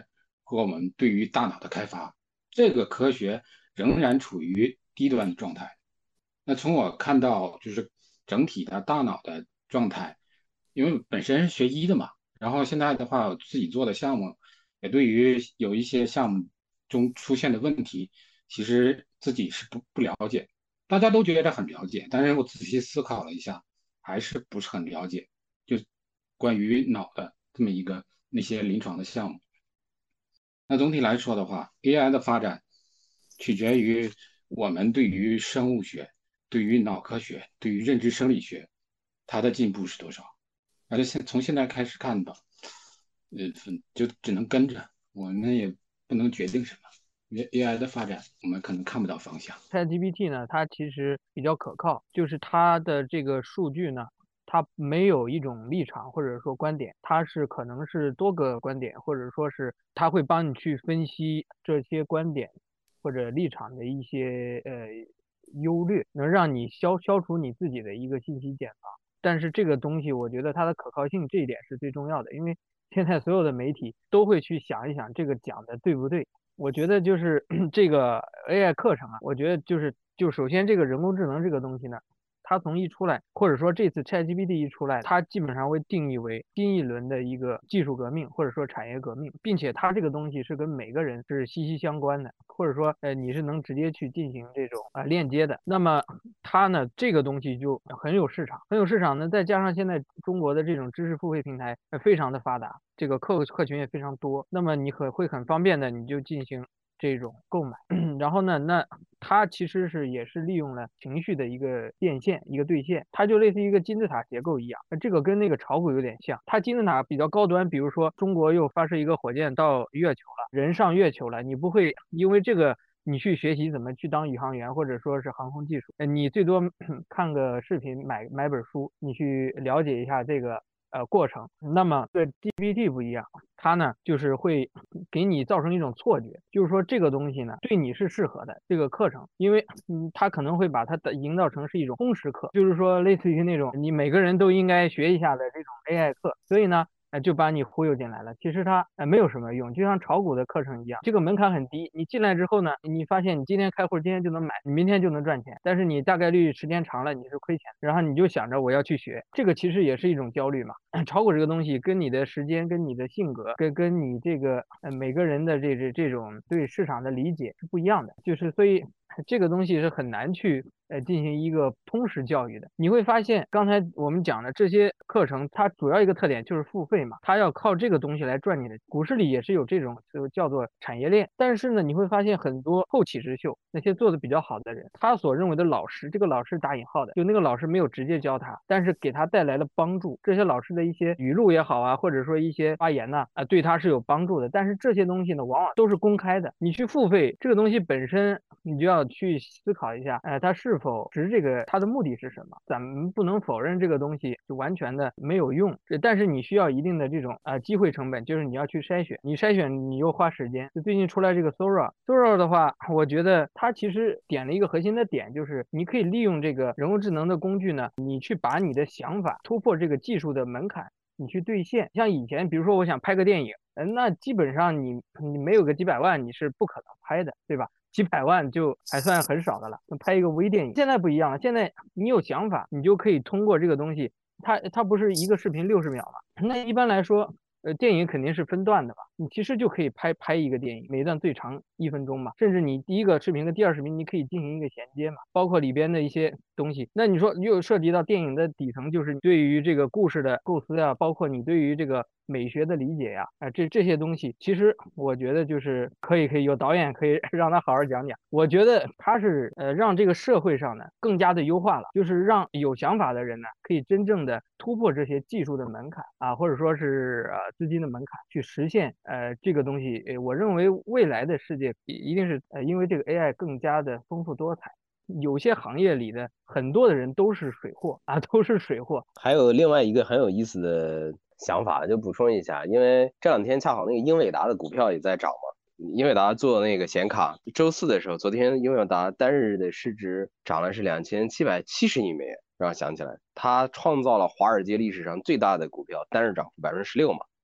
和我们对于大脑的开发，这个科学仍然处于低端状态。那从我看到就是整体的大脑的状态，因为本身是学医的嘛，然后现在的话我自己做的项目，也对于有一些项目中出现的问题，其实自己是不不了解，大家都觉得很了解，但是我仔细思考了一下，还是不是很了解，就关于脑的这么一个那些临床的项目。那总体来说的话，A I 的发展取决于我们对于生物学、对于脑科学、对于认知生理学，它的进步是多少。而且现从现在开始看吧，呃，就只能跟着，我们也不能决定什么。因为 A I 的发展，我们可能看不到方向。 ChatGPT 呢，它其实比较可靠，就是它的这个数据呢，它没有一种立场或者说观点，它是可能是多个观点，或者说是它会帮你去分析这些观点或者立场的一些呃优劣，能让你消消除你自己的一个信息茧房。但是这个东西，我觉得它的可靠性这一点是最重要的，因为现在所有的媒体都会去想一想这个讲的对不对。我觉得就是这个 A I 课程啊，我觉得就是就首先这个人工智能这个东西呢，它从一出来，或者说这次 ChatGPT 一出来，它基本上会定义为新一轮的一个技术革命，或者说产业革命，并且它这个东西是跟每个人是息息相关的，或者说呃你是能直接去进行这种啊、呃、链接的。那么它呢这个东西就很有市场，很有市场呢，再加上现在中国的这种知识付费平台呃非常的发达，这个客客群也非常多，那么你可会很方便的你就进行这种购买。然后呢，那它其实是也是利用了情绪的一个变现，一个兑现，它就类似于一个金字塔结构一样。这个跟那个炒股有点像，它金字塔比较高端，比如说中国又发射一个火箭到月球了，人上月球了，你不会因为这个你去学习怎么去当宇航员，或者说是航空技术，你最多看个视频，买买本书，你去了解一下这个呃过程。那么对 G P T 不一样，它呢就是会给你造成一种错觉，就是说这个东西呢对你是适合的这个课程，因为嗯它可能会把它的营造成是一种通识课，就是说类似于那种你每个人都应该学一下的这种 A I 课，所以呢。呃，就把你忽悠进来了。其实它呃没有什么用，就像炒股的课程一样，这个门槛很低。你进来之后呢，你发现你今天开户，今天就能买，你明天就能赚钱。但是你大概率时间长了你是亏钱，然后你就想着我要去学，这个其实也是一种焦虑嘛。炒股这个东西跟你的时间、跟你的性格、跟跟你这个呃每个人的这这这种对市场的理解是不一样的，就是所以。这个东西是很难去呃进行一个通识教育的。你会发现，刚才我们讲的这些课程，它主要一个特点就是付费嘛，它要靠这个东西来赚你的。股市里也是有这种就叫做产业链，但是呢，你会发现很多后起之秀，那些做的比较好的人，他所认为的老师，这个老师打引号的，就那个老师没有直接教他，但是给他带来了帮助。这些老师的一些语录也好啊，或者说一些发言呢，啊，对他是有帮助的。但是这些东西呢，往往都是公开的，你去付费，这个东西本身你就要去思考一下，哎，它是否值这个，它的目的是什么？咱们不能否认这个东西就完全的没有用，但是你需要一定的这种啊、呃、机会成本，就是你要去筛选，你筛选你又花时间。就最近出来这个 Sora，Sora 的话，我觉得它其实点了一个核心的点，就是你可以利用这个人工智能的工具呢，你去把你的想法突破这个技术的门槛。你去兑现，像以前，比如说我想拍个电影，嗯，那基本上你你没有个几百万，你是不可能拍的，对吧？几百万就还算很少的了，拍一个微电影。现在不一样了，现在你有想法，你就可以通过这个东西，它它不是一个视频六十秒嘛？那一般来说，呃，电影肯定是分段的吧？你其实就可以拍拍一个电影，每段最长一分钟嘛，甚至你第一个视频跟第二视频你可以进行一个衔接嘛，包括里边的一些东西。那你说又涉及到电影的底层，就是对于这个故事的构思啊，包括你对于这个美学的理解呀、啊，啊，这这些东西，其实我觉得就是可以可以有导演可以让他好好讲讲。我觉得他是呃让这个社会上呢更加的优化了，就是让有想法的人呢可以真正的突破这些技术的门槛啊，或者说是呃资金的门槛，去实现呃这个东西。呃，我认为未来的世界一定是呃因为这个 A I 更加的丰富多彩。有些行业里的很多的人都是水货啊，都是水货。 还有另外一个很有意思的想法，就补充一下，因为这两天恰好那个英伟达的股票也在涨嘛。英伟达做那个显卡，周四的时候，昨天英伟达单日的市值涨了是两千七百七十亿美元，让我想起来，它创造了华尔街历史上最大的股票单日涨幅百分之十六嘛。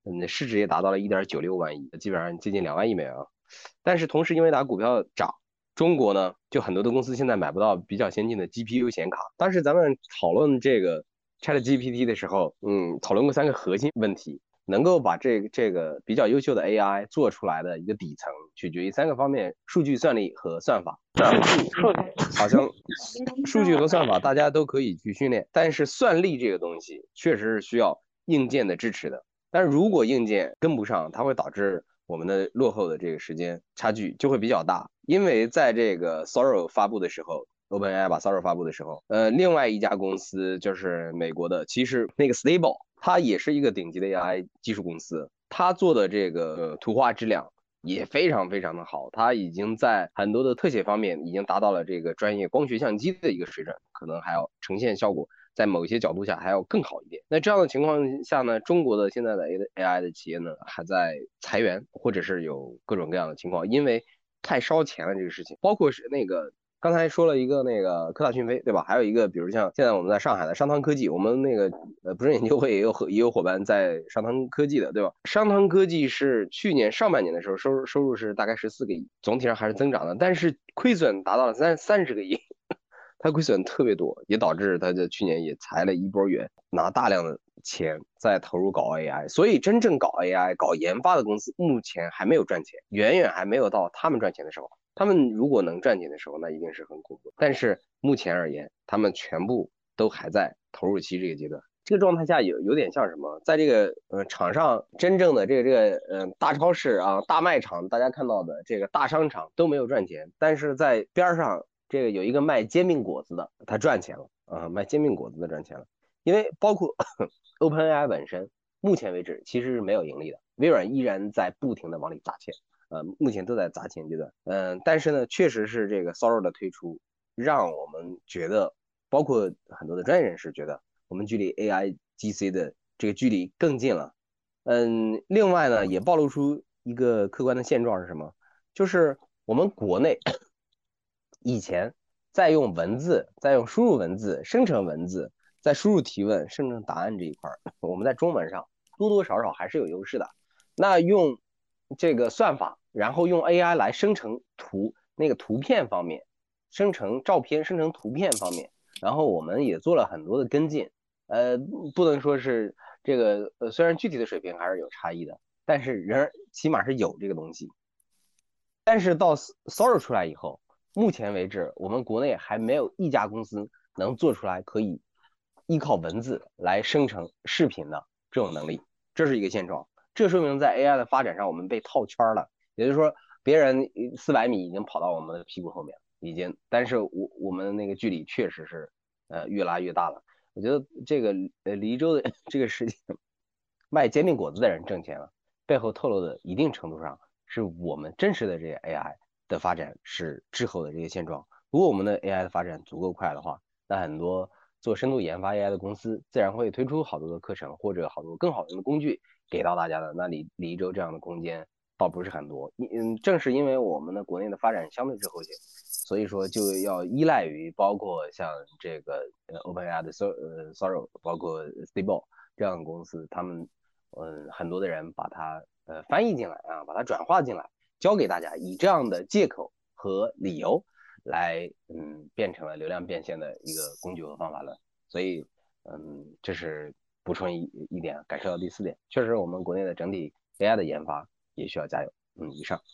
嗯，市值也达到了一点九六万亿，基本上接近两万亿美元啊。但是同时因为它股票涨，中国呢就很多的公司现在买不到比较先进的 G P U 显卡。当时咱们讨论这个 ChatGPT 的时候，嗯，讨论过三个核心问题。能够把这个这个比较优秀的 A I 做出来的一个底层，取决于三个方面：数据、算力和算法。数据好像数据和算法大家都可以去训练，但是算力这个东西确实是需要硬件的支持的。但是如果硬件跟不上，它会导致我们的落后的这个时间差距就会比较大。因为在这个 Sora 发布的时候。OpenAI 把 Sora 发布的时候，呃，另外一家公司就是美国的，其实那个 Stable， 它也是一个顶级的 A I 技术公司，它做的这个、呃、图画质量也非常非常的好，它已经在很多的特写方面已经达到了这个专业光学相机的一个水准，可能还要呈现效果在某一些角度下还要更好一点。那这样的情况下呢，中国的现在的 A I 的企业呢还在裁员，或者是有各种各样的情况，因为太烧钱了这个事情，包括是那个。刚才说了一个那个科大讯飞，对吧？还有一个，比如像现在我们在上海的商汤科技，我们那个呃不是研究会也有也有伙伴在商汤科技的，对吧？商汤科技是去年上半年的时候收入收入是大概十四个亿，总体上还是增长的，但是亏损达到了三三十个亿，它亏损特别多，也导致它的去年也裁了一波员，拿大量的钱在投入搞 A I， 所以真正搞 A I 搞研发的公司目前还没有赚钱，远远还没有到他们赚钱的时候。他们如果能赚钱的时候，那一定是很恐怖。但是目前而言，他们全部都还在投入期这个阶段。这个状态下有有点像什么？在这个呃场上，真正的这个这个呃大超市啊、大卖场，大家看到的这个大商场都没有赚钱，但是在边上这个有一个卖煎饼果子的，他赚钱了啊，卖煎饼果子的赚钱了。因为包括 OpenAI 本身，目前为止其实是没有盈利的，微软依然在不停的往里砸钱。呃，目前都在砸钱阶段，嗯、呃，但是呢，确实是这个 Sora 的推出，让我们觉得，包括很多的专业人士觉得，我们距离 A I G C 的这个距离更近了。嗯，另外呢，也暴露出一个客观的现状是什么？就是我们国内以前在用文字，在用输入文字、生成文字，在输入提问、生成答案这一块，我们在中文上多多少少还是有优势的。那用这个算法。然后用 A I 来生成图，那个图片方面，生成照片、生成图片方面，然后我们也做了很多的跟进。呃，不能说是这个，呃，虽然具体的水平还是有差异的，但是仍然起码是有这个东西。但是到 Sora 出来以后，目前为止，我们国内还没有一家公司能做出来可以依靠文字来生成视频的这种能力，这是一个现状。这说明在 A I 的发展上，我们被套圈了。也就是说，别人四百米已经跑到我们的屁股后面，已经，但是我我们那个距离确实是呃越拉越大了。我觉得这个呃黎州的这个事情，卖煎饼果子的人挣钱了，背后透露的一定程度上是我们真实的这个 A I 的发展是滞后的这个现状。如果我们的 A I 的发展足够快的话，那很多做深度研发 A I 的公司自然会推出好多的课程或者好多更好用的工具给到大家的。那黎黎州这样的空间倒不是很多，嗯，正是因为我们的国内的发展相对滞后些，所以说就要依赖于包括像这个呃 OpenAI 的 Sora， 包括 Stable 这样的公司，他们嗯很多的人把它呃翻译进来啊，把它转化进来，教给大家，以这样的借口和理由来嗯变成了流量变现的一个工具和方法论。所以嗯这是补充一一点，感受到第四点，确实我们国内的整体 A I 的研发也需要加油。嗯，以上。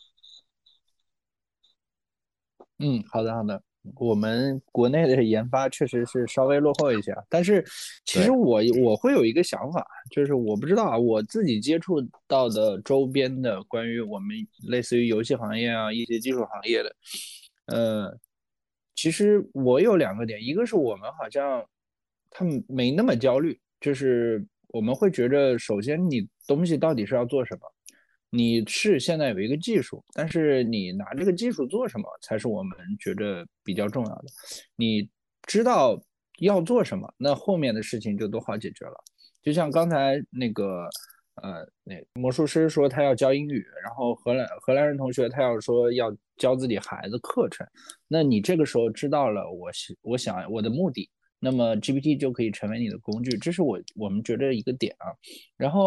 嗯，好的好的，我们国内的研发确实是稍微落后一些，但是其实我我会有一个想法，就是我不知道啊，我自己接触到的周边的关于我们类似于游戏行业啊一些技术行业的，呃，其实我有两个点，一个是我们好像他们没那么焦虑，就是我们会觉着，首先你东西到底是要做什么。你是现在有一个技术，但是你拿这个技术做什么才是我们觉得比较重要的。你知道要做什么，那后面的事情就都好解决了。就像刚才那个呃，那魔术师说他要教英语，然后荷兰荷兰人同学他要说要教自己孩子课程，那你这个时候知道了我我想我的目的，那么 G P T 就可以成为你的工具，这是我我们觉得一个点啊。然后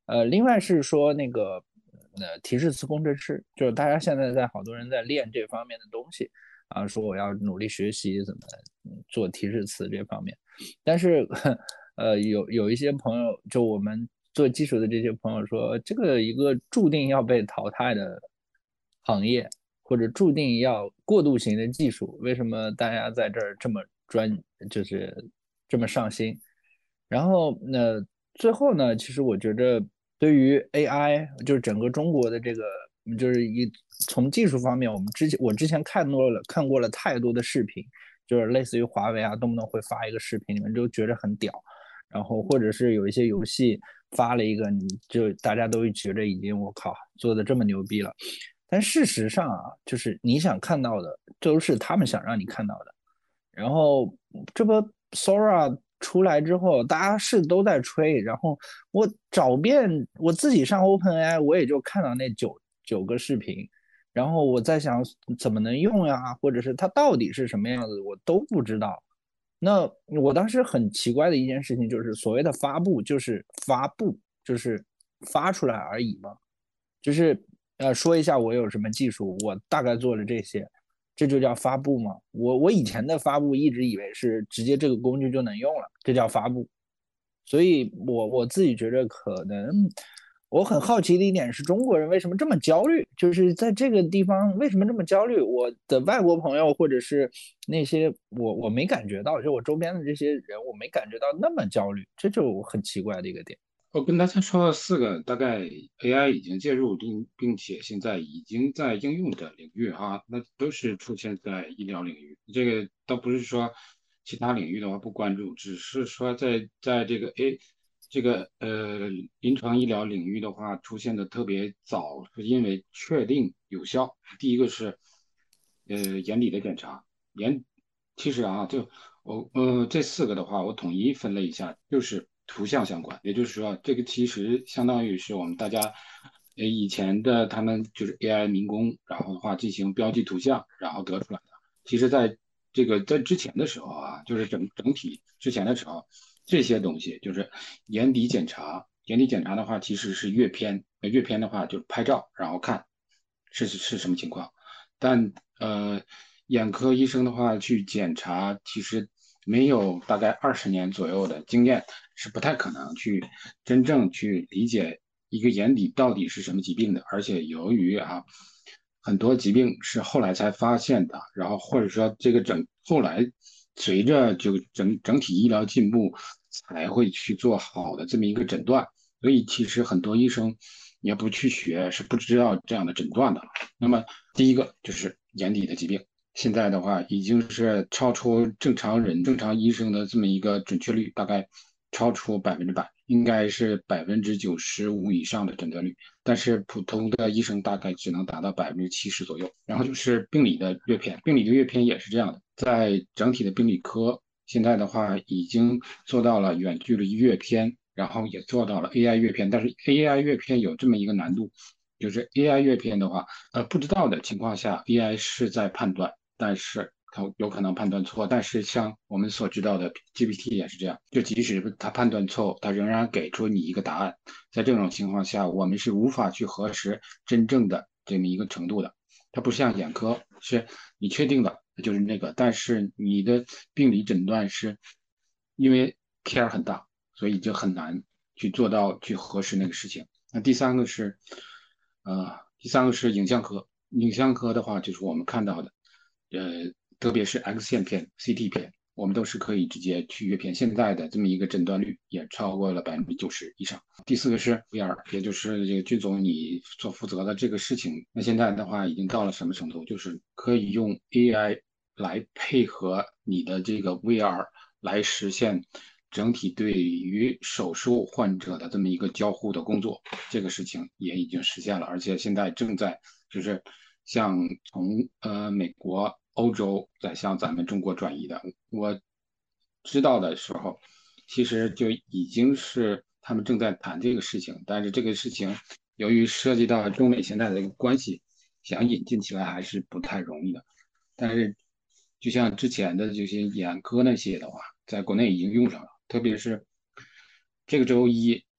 呃，另外是说那个呃提示词工程师，就是大家现在在好多人在练这方面的东西啊，说我要努力学习怎么做提示词这方面，但是呃有有一些朋友，就我们做技术的这些朋友说，这个一个注定要被淘汰的行业，或者注定要过渡型的技术，为什么大家在这儿这么专，就是这么上心？然后呢，最后呢，其实我觉得对于 A I，就是整个中国的这个，就是一从技术方面，我们之前我之前看过了看过了太多的视频，就是类似于华为啊，动不动会发一个视频，你们就觉得很屌，然后或者是有一些游戏发了一个，你就大家都觉得已经我靠做的这么牛逼了，但事实上啊，就是你想看到的都是他们想让你看到的。然后这不 Sora 出来之后，大家是都在吹，然后我找遍我自己上 OpenAI，我也就看到那九九个视频，然后我在想怎么能用呀，或者是它到底是什么样子，我都不知道。那我当时很奇怪的一件事情就是，所谓的发布就是发布，就是发出来而已嘛，就是呃说一下我有什么技术，我大概做了这些，这就叫发布吗？我我以前的发布一直以为是直接这个工具就能用了，这叫发布。所以我我自己觉得可能，我很好奇的一点是中国人为什么这么焦虑，就是在这个地方为什么这么焦虑？我的外国朋友或者是那些我我没感觉到，就我周边的这些人，我没感觉到那么焦虑，这就很奇怪的一个点。 我跟大家说了四个，大概 A I 已经介入并并且现在已经在应用的领域哈，那都是出现在医疗领域。这个倒不是说其他领域的话不关注，只是说在在这个 A 这个呃临床医疗领域的话出现的特别早，是因为确定有效。第一个是呃眼底的检查，眼其实啊就我呃这四个的话，我统一分类一下，就是图像相关，也就是说，这个其实相当于是我们大家呃以前的他们就是 A I 民工，然后的话进行标记图像，然后得出来的。其实在这个在之前的时候啊，就是整整体之前的时候，这些东西就是眼底检查，眼底检查的话其实是阅片，呃阅片的话就是拍照，然后看是是是什么情况。但呃，眼科医生的话去检查，其实没有大概二十年左右的经验，是不太可能去真正去理解一个眼底到底是什么疾病的。而且由于啊，很多疾病是后来才发现的，然后或者说这个整后来随着就整整体医疗进步，才会去做好的这么一个诊断。所以其实很多医生也不去学，是不知道这样的诊断的。那么第一个就是眼底的疾病，现在的话已经是超出正常人、正常医生的这么一个准确率，大概超出百分之百，应该是百分之九十五以上的诊断率。但是普通的医生大概只能达到百分之七十左右。然后就是病理的阅片，病理的阅片也是这样的，在整体的病理科，现在的话已经做到了远距离阅片，然后也做到了 A I 阅片，但是 A I 阅片有这么一个难度，就是 A I 阅片的话，呃，不知道的情况下，A I 是在判断，但是它有可能判断错。但是像我们所知道的 G P T 也是这样，就即使它判断错误，它仍然给出你一个答案。在这种情况下，我们是无法去核实真正的这么一个程度的。它不像眼科，是你确定的就是那个，但是你的病理诊断是因为 care 很大，所以就很难去做到去核实那个事情。那第三个是，呃，第三个是影像科。影像科的话，就是我们看到的，呃，特别是 X 线片、C T 片，我们都是可以直接去阅片。现在的这么一个诊断率也超过了百分之九十以上。第四个是 V R，也就是这个俊总你所负责的这个事情。那现在的话已经到了什么程度？就是可以用 A I 来配合你的这个 V R 来实现整体对于手术患者的这么一个交互的工作，这个事情也已经实现了，而且现在正在就是向从呃美国、欧洲再向咱们中国转移的。我知道的时候，其实就已经是他们正在谈这个事情，但是这个事情由于涉及到中美现在的一个关系，想引进起来还是不太容易的。但是就像之前的这些眼科那些的话，在国内已经用上了，特别是这个周一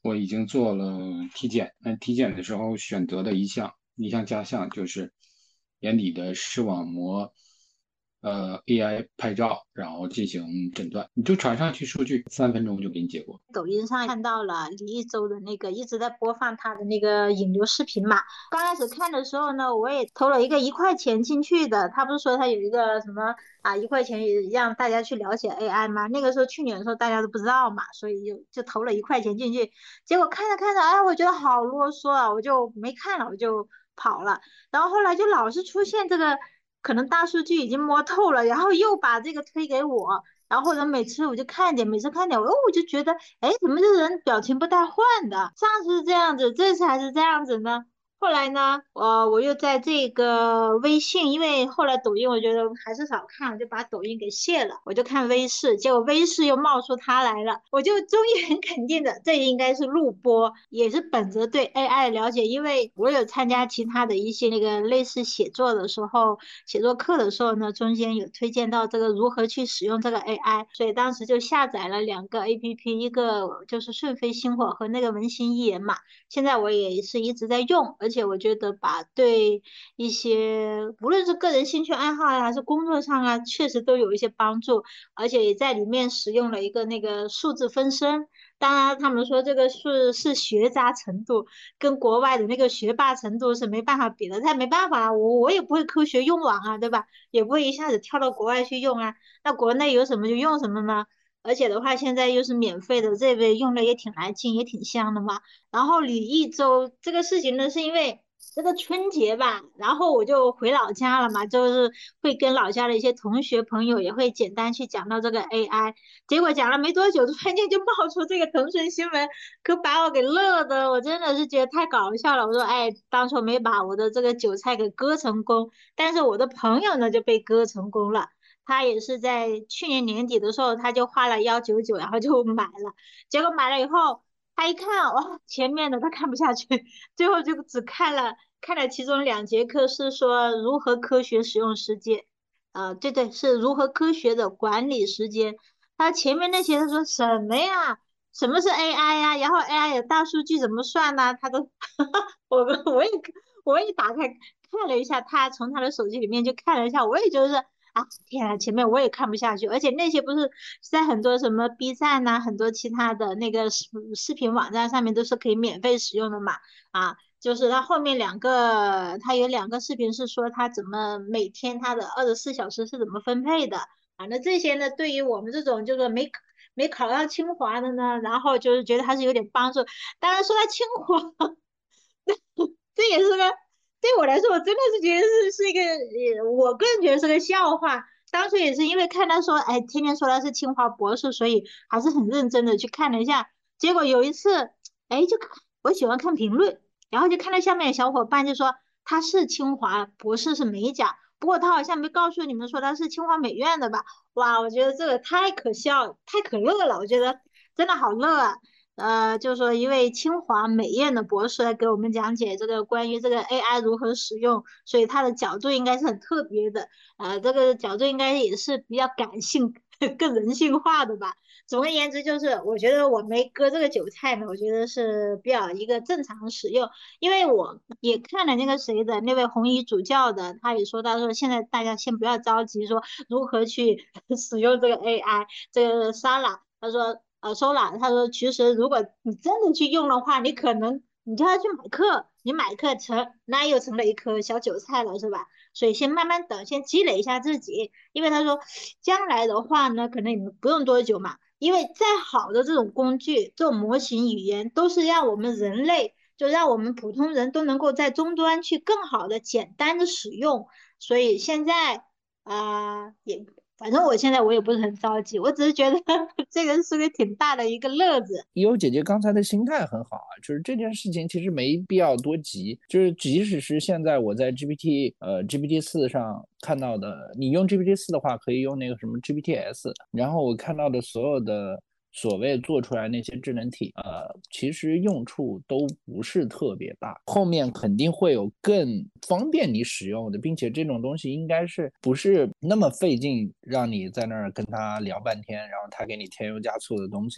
我已经做了体检。那体检的时候选择的一项一项加项就是眼底的视网膜呃 A I 拍照，然后进行诊断。你就传上去数据，三分钟就给你结果。 抖音上看到了李一舟的那个一直在播放他的那个引流视频嘛。刚开始看的时候呢，我也投了一个一块钱进去的。他不是说他有一个什么啊一块钱让大家去了解 A I 吗？那个时候去年的时候大家都不知道嘛，所以就就投了一块钱进去。结果看着看着，哎，我觉得好啰嗦啊，我就没看了，我就跑了。然后后来就老是出现这个，可能大数据已经摸透了，然后又把这个推给我。然后或者每次我就看点，每次看点，哦，我就觉得，哎，怎么这个人表情不带换的？上次是这样子，这次还是这样子呢？后来呢，呃，我又在这个微信，因为后来抖音我觉得还是少看，我就把抖音给卸了，我就看微视，结果微视又冒出他来了，我就终于很肯定的，这应该是录播，也是本着对 A I 的了解，因为我有参加其他的一些那个类似写作的时候，写作课的时候呢，中间有推荐到这个如何去使用这个 A I，所以当时就下载了两个 A P P， 一个就是讯飞星火和那个文心一言嘛，现在我也是一直在用，而且我觉得把对一些无论是个人兴趣爱好啊，还是工作上啊，确实都有一些帮助，而且也在里面使用了一个那个数字分身。当然，他们说这个是是学渣程度，跟国外的那个学霸程度是没办法比的。他没办法，我我也不会科学用网啊，对吧？也不会一下子跳到国外去用啊。那国内有什么就用什么呢？而且的话，现在又是免费的，这个用的也挺来劲，也挺香的嘛。然后李一舟这个事情呢，是因为这个春节吧，然后我就回老家了嘛，就是会跟老家的一些同学朋友也会简单去讲到这个 A I，结果讲了没多久，突然间就冒出这个腾讯新闻，可把我给乐的，我真的是觉得太搞笑了。我说，哎，当初没把我的这个韭菜给割成功，但是我的朋友呢就被割成功了。他也是在去年年底的时候，他就花了幺九九，然后就买了，结果买了以后。他一看，哇，前面的他看不下去，最后就只看了看了其中两节课，是说如何科学使用时间，呃，对对，是如何科学的管理时间。他前面那些他说什么呀？什么是 A I 呀？然后 A I 的大数据怎么算呢？他都，我我也我也打开看了一下，他从他的手机里面就看了一下，我也就是。啊，天啊，前面我也看不下去，而且那些不是在很多什么 B 站呐、很多其他的那个视视频网站上面都是可以免费使用的嘛。啊，就是他后面两个，他有两个视频是说他怎么每天他的二十四小时是怎么分配的啊。那这些呢，对于我们这种就是没没考上清华的呢，然后就是觉得还是有点帮助。当然说到清华，这也是个对我来说，我真的是觉得是是一个，呃，我个人觉得是个笑话。当初也是因为看他说，哎，天天说他是清华博士，所以还是很认真的去看了一下。结果有一次，哎，就看我喜欢看评论，然后就看到下面有小伙伴就说他是清华博士是美甲，不过他好像没告诉你们说他是清华美院的吧？哇，我觉得这个太可笑，太可乐了，我觉得真的好乐啊。呃，就是说一位清华美院的博士来给我们讲解这个关于这个 A I 如何使用，所以他的角度应该是很特别的，呃，这个角度应该也是比较感性、更人性化的吧。总而言之，就是我觉得我没割这个韭菜呢，我觉得是比较一个正常使用，因为我也看了那个谁的那位红衣主教的，他也说到说现在大家先不要着急说如何去使用这个 A I，这个 Sara。他说，呃，收了。他说，其实如果你真的去用的话，你可能你就要去买课，你买课成那又成了一颗小韭菜了，是吧？所以先慢慢等，先积累一下自己。因为他说，将来的话呢，可能你们不用多久嘛，因为再好的这种工具、这种模型语言，都是让我们人类，就让我们普通人都能够在终端去更好的、简单的使用。所以现在啊、呃也。反正我现在我也不是很着急，我只是觉得这个是个挺大的一个乐子。 悠姐姐刚才的心态很好啊，就是这件事情其实没必要多急，就是即使是现在我在 G P T 呃 G P T 四上看到的，你用 G P T 四的话可以用那个什么 G P T S， 然后我看到的所有的所谓做出来那些智能体，呃，其实用处都不是特别大，后面肯定会有更方便你使用的，并且这种东西应该是不是那么费劲，让你在那儿跟他聊半天，然后他给你添油加醋的东西。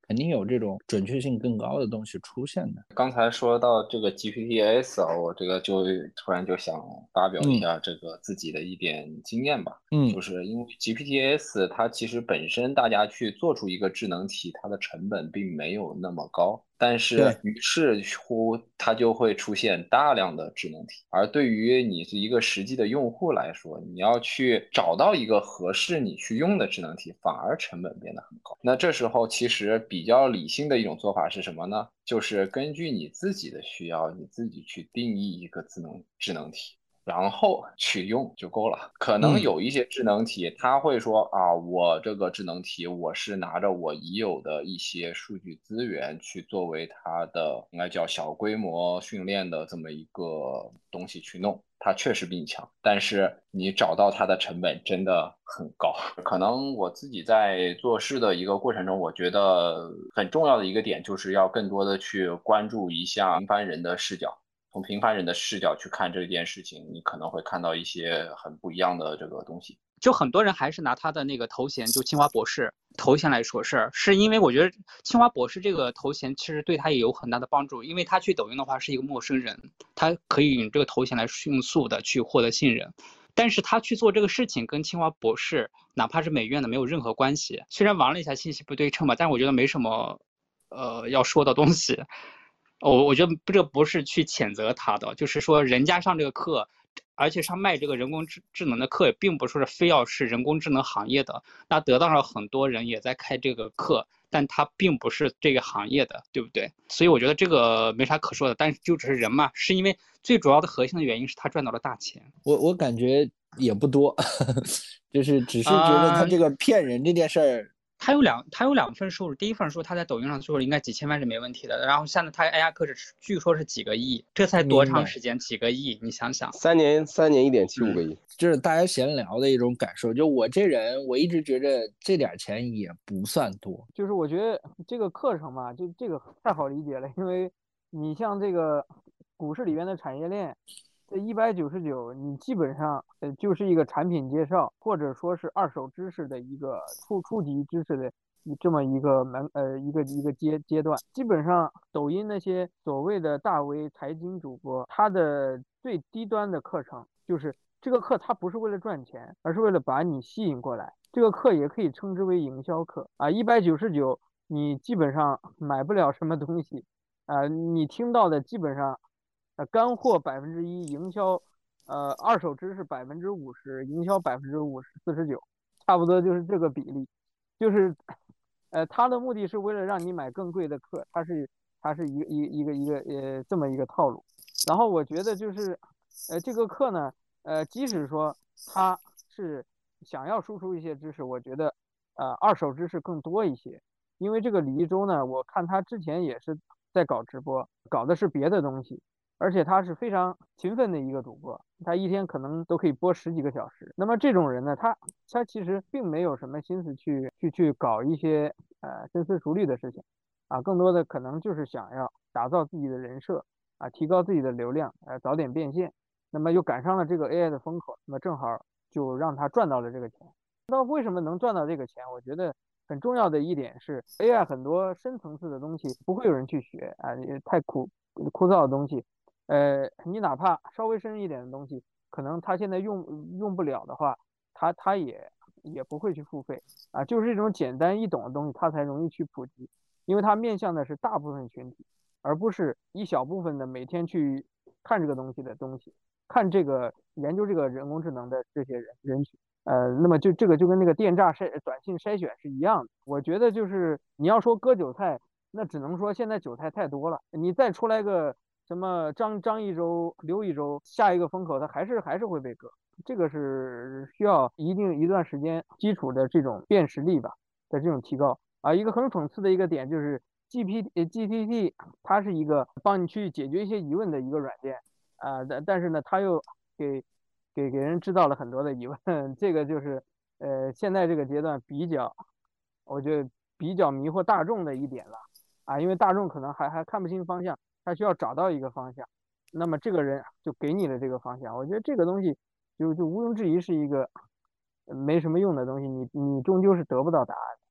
肯定有这种准确性更高的东西出现的。 刚才说到这个 G P T S 啊，我这个就突然就想发表一下这个自己的一点经验吧。 嗯， 就是因为 G P T S 它其实本身大家去做出一个智能题，它的成本并没有那么高。但是于是乎它就会出现大量的智能题，而对于你是一个实际的用户来说，你要去找到一个合适你去用的智能题，反而成本变得很高。那这时候其实比较理性的一种做法是什么呢？就是根据你自己的需要，你自己去定义一个智能智能题，然后去用就够了。可能有一些智能题，他会说啊，我这个智能题我是拿着我已有的一些数据资源去作为它的应该叫小规模训练的这么一个东西去弄，它确实比你强，但是你找到它的成本真的很高。可能我自己在做事的一个过程中，我觉得很重要的一个点就是要更多的去关注一下平凡人的视角。从平凡人的视角去看这件事情，你可能会看到一些很不一样的这个东西。 就很多人还是拿他的那个头衔，就清华博士头衔来说事，是因为我觉得清华博士这个头衔其实对他也有很大的帮助，因为他去抖音的话是一个陌生人，他可以用这个头衔来迅速的去获得信任。但是他去做这个事情跟清华博士哪怕是美院的没有任何关系，虽然玩了一下信息不对称吧，但我觉得没什么呃要说的东西。我我觉得这不是去谴责他的，就是说人家上这个课，而且上卖这个人工智智能的课，也并不是非要是人工智能行业的。那得到了很多人也在开这个课，但他并不是这个行业的，对不对？所以我觉得这个没啥可说的。但是就只是人嘛，是因为最主要的核心的原因是他赚到了大钱。 我我感觉也不多，就是只是觉得他这个骗人这件事儿。 呃他有两，他有两份收入。第一份收入他在抖音上做了应该几千万是没问题的。然后现在他 A I 课是据说是几个亿，这才多长时间？几个亿？你想想， 三年三年一点七五个亿， 这是大家闲聊的一种感受。就我这人，我一直觉得这点钱也不算多。 就是我觉得这个课程嘛，就这个太好理解了，因为你像这个股市里面的产业链。这一百九十九，你基本上呃就是一个产品介绍，或者说是二手知识的一个初初级知识的这么一个门呃一个一个阶阶段。基本上抖音那些所谓的大 V 财经主播，他的最低端的课程就是这个课，它不是为了赚钱，而是为了把你吸引过来。这个课也可以称之为营销课啊，一百九十九，你基本上买不了什么东西啊，你听到的基本上。呃，干货百分之一，营销，呃，二手知识百分之五十，营销百分之五十四十九，差不多就是这个比例。就是，呃，它的目的是为了让你买更贵的课，它是它是一个一一个一个呃这么一个套路。然后我觉得就是，呃，这个课呢，呃，即使说它是想要输出一些知识，我觉得呃二手知识更多一些，因为这个李一舟呢，我看他之前也是在搞直播，搞的是别的东西。而且他是非常勤奋的一个主播，他一天可能都可以播十几个小时。那么这种人呢，他他其实并没有什么心思去去去搞一些呃深思熟虑的事情，啊，更多的可能就是想要打造自己的人设，啊，提高自己的流量，呃，早点变现。那么又赶上了这个 A I 的风口，那么正好就让他赚到了这个钱。那为什么能赚到这个钱？我觉得很重要的一点是 A I 很多深层次的东西不会有人去学啊，太枯枯燥的东西。呃，你哪怕稍微深一点的东西，可能他现在用用不了的话，他他也也不会去付费啊。就是这种简单易懂的东西，他才容易去普及，因为它面向的是大部分群体，而不是一小部分的每天去看这个东西的东西，看这个研究这个人工智能的这些人人群。呃，那么就这个就跟那个电诈筛短信筛选是一样的。我觉得就是你要说割韭菜，那只能说现在韭菜太多了，你再出来个。什么张张一周、刘一周，下一个风口他还是还是会被割，这个是需要一定一段时间基础的这种辨识力吧的这种提高啊。一个很讽刺的一个点就是 G P G P T 它是一个帮你去解决一些疑问的一个软件啊，但但是呢，它又给给给人制造了很多的疑问，这个就是呃现在这个阶段比较，我觉得比较迷惑大众的一点了啊，因为大众可能还还看不清方向。他需要找到一个方向，那么这个人就给你了这个方向。我觉得这个东西就就毋庸置疑是一个没什么用的东西，你你终究是得不到答案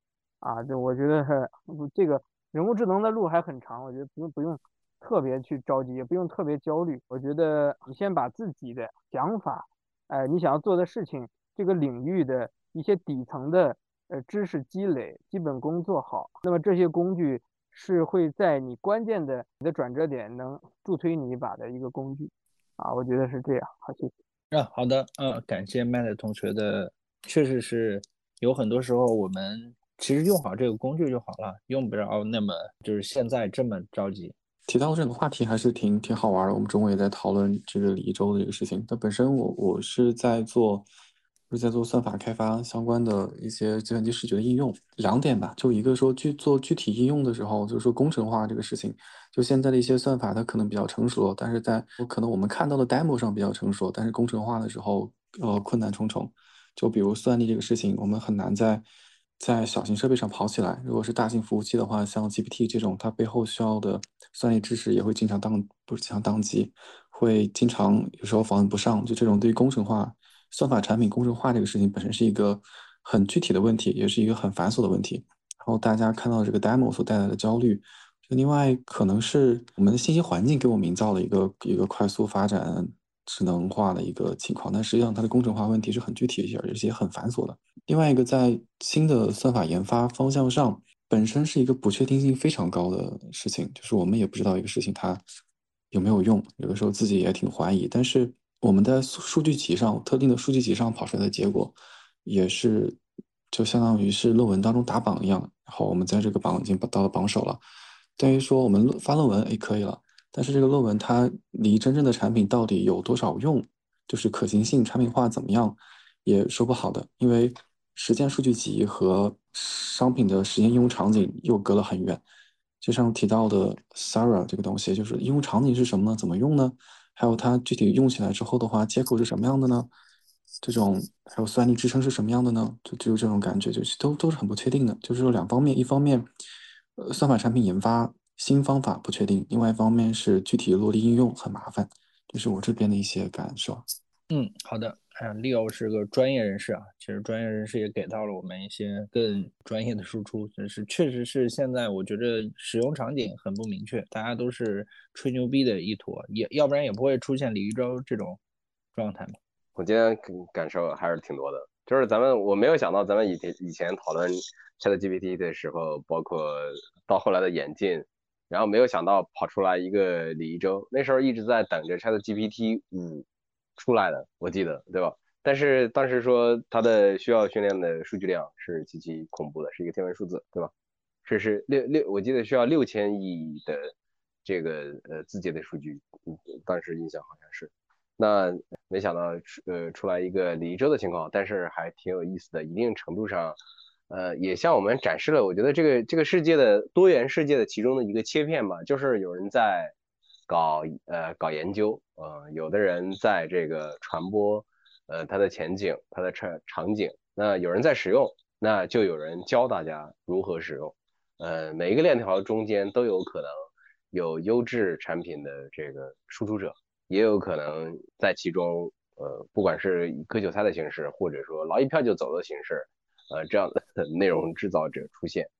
啊，这我觉得这个人工智能的路还很长，我觉得不用不用特别去着急，也不用特别焦虑。我觉得你先把自己的想法，哎，你想要做的事情，这个领域的一些底层的呃知识积累、基本功做好，那么这些工具是会在你关键的你的转折点能助推你一把的一个工具啊，我觉得是这样。好，谢谢。 啊，好的，嗯，感谢麦的同学的，确实是有很多时候我们其实用好这个工具就好了，用不着那么就是现在这么着急。 提到这个话题还是挺挺好玩的。我们中午也在讨论这个李一舟的这个事情。但本身我我是在做，是在做算法开发相关的一些计算机视觉的应用。两点吧，就一个说去做具体应用的时候，就是说工程化这个事情。就现在的一些算法它可能比较成熟，但是在可能我们看到的 demo 上比较成熟，但是工程化的时候，呃，困难重重。就比如算力这个事情，我们很难在在小型设备上跑起来。如果是大型服务器的话，像 G P T 这种，它背后需要的算力支持也会经常当不是经常当机，会经常有时候访问不上。就这种对于工程化、算法产品工程化这个事情本身是一个很具体的问题，也是一个很繁琐的问题。然后大家看到这个 demo 所带来的焦虑，另外可能是我们的信息环境给我营造了一个一个快速发展智能化的一个情况，但实际上它的工程化问题是很具体一些，而且也很繁琐的。另外一个，在新的算法研发方向上，本身是一个不确定性非常高的事情，就是我们也不知道一个事情它有没有用，有的时候自己也挺怀疑。但是我们在数数据集上，特定的数据集上跑出来的结果，也是就相当于是论文当中打榜一样，然后我们在这个榜已经到了榜首了。等于说我们发论文哎可以了，但是这个论文它离真正的产品到底有多少用，就是可行性、产品化怎么样，也说不好的，因为实践数据集和商品的实验应用场景又隔了很远。就像提到的 Sara 这个东西，就是应用场景是什么呢？怎么用呢？还有它具体用起来之后的话，接口是什么样的呢？这种还有算力支撑是什么样的呢？就只有这种感觉，就是都都是很不确定的。就是说两方面，一方面，呃，算法产品研发新方法不确定；另外一方面是具体落地应用很麻烦。这是我这边的一些感受。 嗯，好的。哎呀，Leo 是个专业人士啊，其实专业人士也给到了我们一些更专业的输出，就是确实是现在我觉得使用场景很不明确，大家都是吹牛逼的一坨，也要不然也不会出现李玉洲这种状态嘛。 我今天感受还是挺多的，就是咱们我没有想到咱们以前以前讨论 ChatGPT 的时候，包括到后来的演进，然后没有想到跑出来一个李一舟，那时候一直在等着 ChatGPT 五出来的，我记得对吧？但是当时说它的需要训练的数据量是极其恐怖的，是一个天文数字，对吧？是是六六，我记得需要六千亿的这个呃字节的数据，嗯，当时印象好像是。那没想到呃出来一个李一舟的情况，但是还挺有意思的，一定程度上，呃也向我们展示了，我觉得这个这个世界的多元世界的其中的一个切片吧，就是有人在搞呃搞研究，呃有的人在这个传播呃它的前景，它的场场景，那有人在使用，那就有人教大家如何使用，呃每一个链条中间都有可能有优质产品的这个输出者。也有可能在其中，呃，不管是以割韭菜的形式，或者说捞一票就走的形式，呃，这样的内容制造者出现。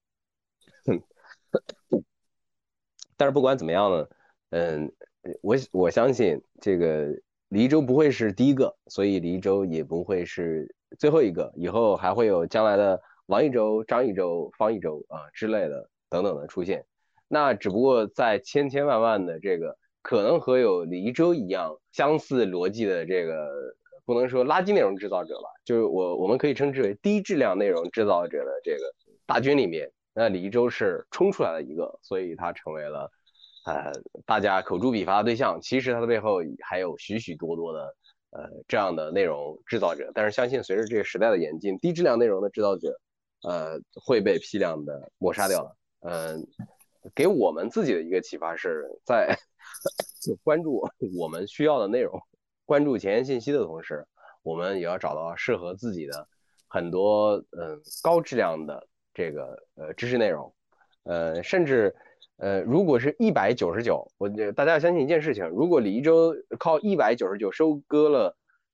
但是不管怎么样呢，嗯，我我相信这个李一舟不会是第一个，所以李一舟也不会是最后一个，以后还会有将来的王一舟、张一舟、方一舟啊之类的等等的出现。那只不过在千千万万的这个。可能和有李一舟一样相似逻辑的这个，不能说垃圾内容制造者吧，就是我我们可以称之为低质量内容制造者的这个大军里面，那李一舟是冲出来的一个，所以他成为了呃大家口诛笔伐的对象。其实他的背后还有许许多多的呃这样的内容制造者，但是相信随着这个时代的演进，低质量内容的制造者呃会被批量的抹杀掉了。嗯、呃，给我们自己的一个启发是在关注我们需要的内容，关注前沿信息的同时，我们也要找到适合自己的很多嗯、呃、高质量的这个呃知识内容，呃甚至呃如果是一百九十九，我大家要相信一件事情，如果李一舟靠一百九十九收割了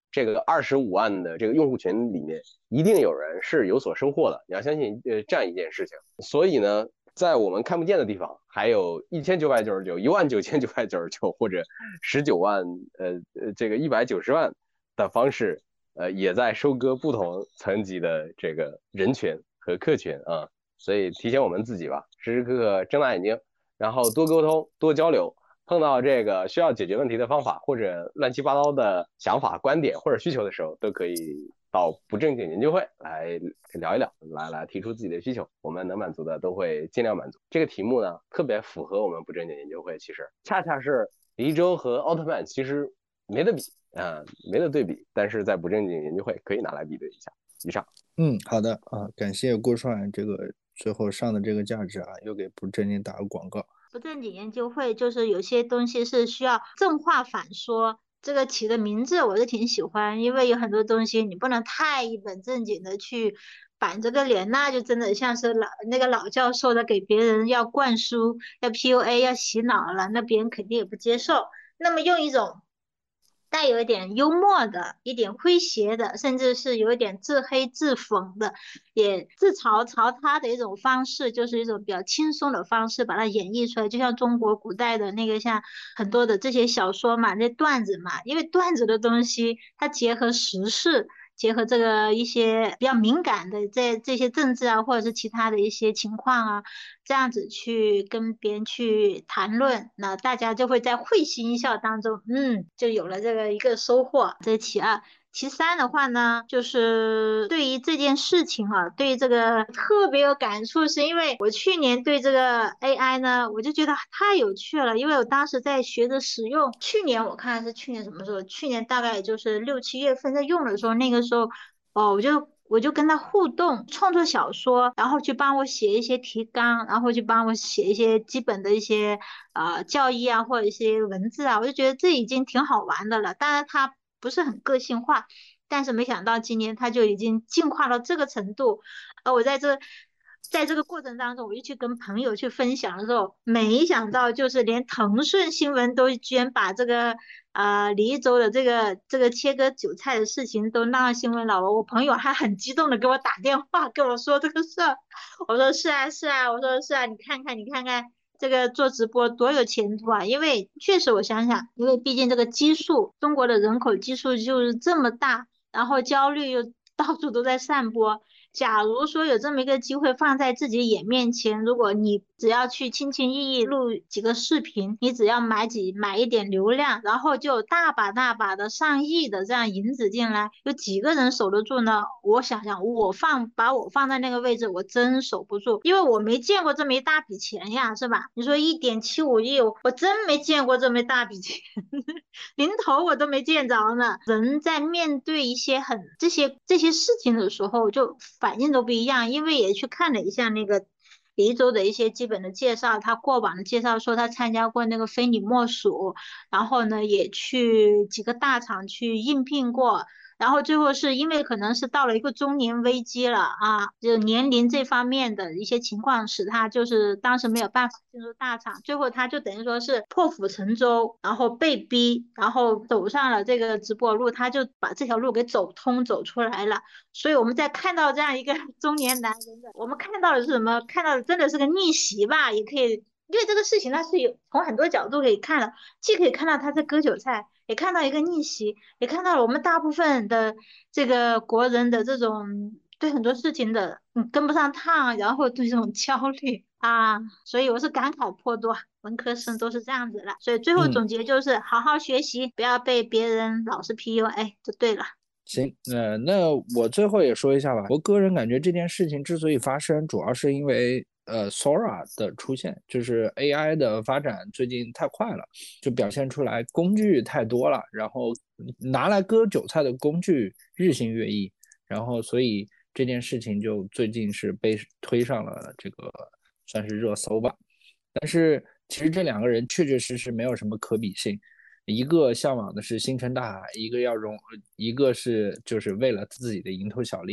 这个二十五万的这个用户群里面，一定有人是有所收获的，你要相信呃这样一件事情。所以呢，在我们看不见的地方，还有一千九百九十九、一万九千九百九十九或者十九万呃呃这个一百九十万的方式，呃也在收割不同层级的这个人群和客群啊。所以提醒我们自己吧，时时刻刻睁大眼睛，然后多沟通、多交流。碰到这个需要解决问题的方法，或者乱七八糟的想法、观点或者需求的时候，都可以到不正经研究会来聊一聊，来来提出自己的需求，我们能满足的都会尽量满足。这个题目呢，特别符合我们不正经研究会，其实恰恰是李一舟和奥特曼其实没得比啊、呃，没得对比，但是在不正经研究会可以拿来比对一下。以上， 嗯，好的啊，感谢郭帅这个最后上的这个价值啊，又给不正经打个广告。 不正经研究会就是有些东西是需要正话反说，这个起的名字我是挺喜欢，因为有很多东西你不能太一本正经的去板着个脸，那就真的像是老那个老教授的给别人要灌输、要 P U A、要洗脑了，那别人肯定也不接受。那么用一种带有一点幽默的、一点诙谐的，甚至是有一点自黑自讽的，也自嘲嘲他的一种方式，就是一种比较轻松的方式，把它演绎出来。就像中国古代的那个，像很多的这些小说嘛，那段子嘛，因为段子的东西，它结合时事。结合这个一些比较敏感的这这些政治啊，或者是其他的一些情况啊，这样子去跟别人去谈论，那大家就会在会心一笑当中，嗯，就有了这个一个收获。这是其二。其三的话呢，就是对于这件事情啊，对于这个特别有感触，是因为我去年对这个 A I 呢，我就觉得太有趣了，因为我当时在学着使用。去年我看是去年什么时候？去年大概也就是六七月份在用的时候，那个时候哦，我就我就跟他互动，创作小说，然后去帮我写一些提纲，然后去帮我写一些基本的一些呃教义啊，或者一些文字啊，我就觉得这已经挺好玩的了。当然它不是很个性化，但是没想到今年它就已经进化到这个程度。而我在这在这个过程当中，我就去跟朋友去分享的时候，没想到就是连腾讯新闻都居然把这个呃李一舟的这个这个切割韭菜的事情都闹新闻了。我朋友还很激动的给我打电话跟我说这个事儿，我说是啊是啊，我说是啊，你看看你看看这个做直播多有前途啊！因为确实我想想，因为毕竟这个基数，中国的人口基数就是这么大，然后焦虑又到处都在散播。假如说有这么一个机会放在自己眼面前，如果你只要去轻轻易易录几个视频，你只要买几买一点流量，然后就大把大把的上亿的这样银子进来，有几个人守得住呢？我想想，我放把我放在那个位置，我真守不住，因为我没见过这么一大笔钱呀，是吧？你说一点七五亿，我真没见过这么一大笔钱，零头我都没见着呢。人在面对一些很这些这些事情的时候，就反应都不一样，因为也去看了一下那个李一舟的一些基本的介绍，他过往的介绍说他参加过那个非你莫属，然后呢也去几个大厂去应聘过，然后最后是因为可能是到了一个中年危机了啊，就年龄这方面的一些情况使他就是当时没有办法进入大厂，最后他就等于说是破釜沉舟，然后被逼，然后走上了这个直播路，他就把这条路给走通走出来了。所以我们在看到这样一个中年男人的，我们看到的是什么？看到的真的是个逆袭吧，也可以。因为这个事情它是有从很多角度可以看的，既可以看到他在割韭菜，也看到一个逆袭，也看到了我们大部分的这个国人的这种对很多事情的嗯跟不上趟，然后对这种焦虑啊，所以我是感慨颇多，文科生都是这样子的。所以最后总结就是好好学习，不要被别人老是 P U A 就对了。 行，呃，那我最后也说一下吧。我个人感觉这件事情之所以发生，主要是因为呃 Sora 的出现，就是 A I 的发展最近太快了，就表现出来工具太多了，然后拿来割韭菜的工具日新月异，然后所以这件事情就最近是被推上了这个算是热搜吧。但是其实这两个人确确实实没有什么可比性。一个向往的是星辰大海，一个要融，一个是就是为了自己的蝇头小利。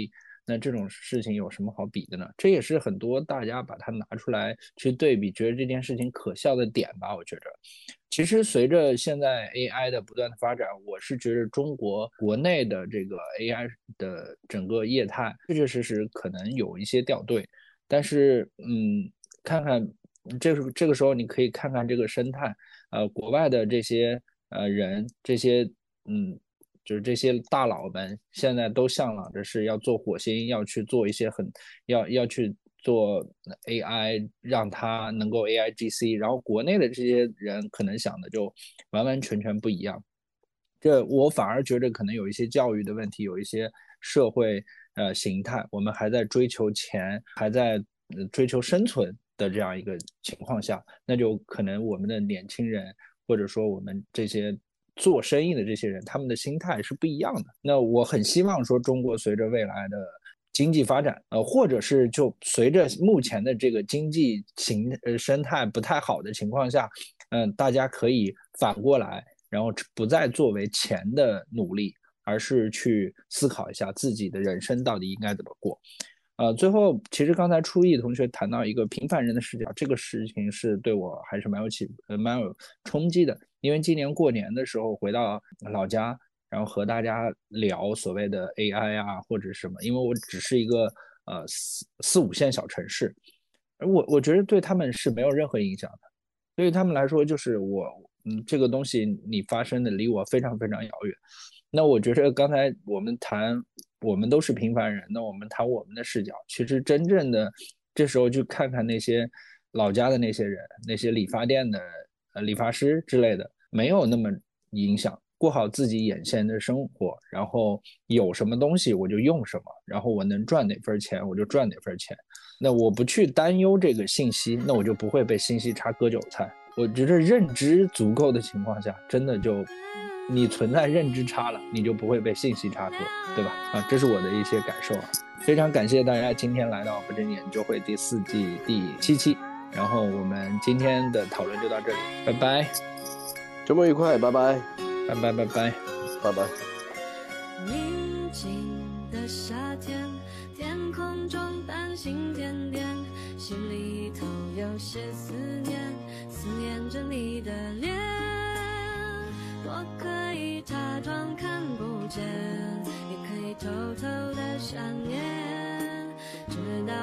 那这种事情有什么好比的呢？这也是很多大家把它拿出来去对比，觉得这件事情可笑的点吧。我觉着，其实随着现在 A I 的不断的发展，我是觉得中国国内的这个 A I 的整个业态确确实实可能有一些掉队，但是嗯，看看这个这个时候你可以看看这个生态，呃，国外的这些呃人，这些嗯。就是这些大佬们现在都向往着是要做火星，要去做一些很要要去做 A I， 让它能够 A I G C， 然后国内的这些人可能想的就完完全全不一样。这我反而觉得可能有一些教育的问题，有一些社会呃形态，我们还在追求钱，还在、呃、追求生存的这样一个情况下，那就可能我们的年轻人或者说我们这些做生意的这些人，他们的心态是不一样的。那我很希望说，中国随着未来的经济发展，呃，或者是就随着目前的这个经济形呃生态不太好的情况下，嗯、呃，大家可以反过来，然后不再作为钱的努力，而是去思考一下自己的人生到底应该怎么过。呃，最后，其实刚才初毅同学谈到一个平凡人的视角，这个事情是对我还是蛮有起呃蛮有冲击的。因为今年过年的时候回到老家，然后和大家聊所谓的 A I 啊或者什么，因为我只是一个呃四四五线小城市，而我我觉得对他们是没有任何影响的，对于他们来说就是我嗯这个东西你发生的离我非常非常遥远。那我觉得刚才我们谈我们都是平凡人，那我们谈我们的视角，其实真正的这时候去看看那些老家的那些人，那些理发店的呃理发师之类的，没有那么影响，过好自己眼前的生活，然后有什么东西我就用什么，然后我能赚哪份钱我就赚哪份钱。那我不去担忧这个信息，那我就不会被信息差割韭菜。我觉得认知足够的情况下，真的就你存在认知差了，你就不会被信息差割，对吧？啊，这是我的一些感受啊。非常感谢大家今天来到不正研究会第四季第七期，然后我们今天的讨论就到这里，拜拜， 周末愉快，拜拜， 拜拜拜拜拜拜。 宁静的夏天，天空中繁星点点，心里头有些思念，思念着你的脸。我可以假装看不见，也可以偷偷的想念，直到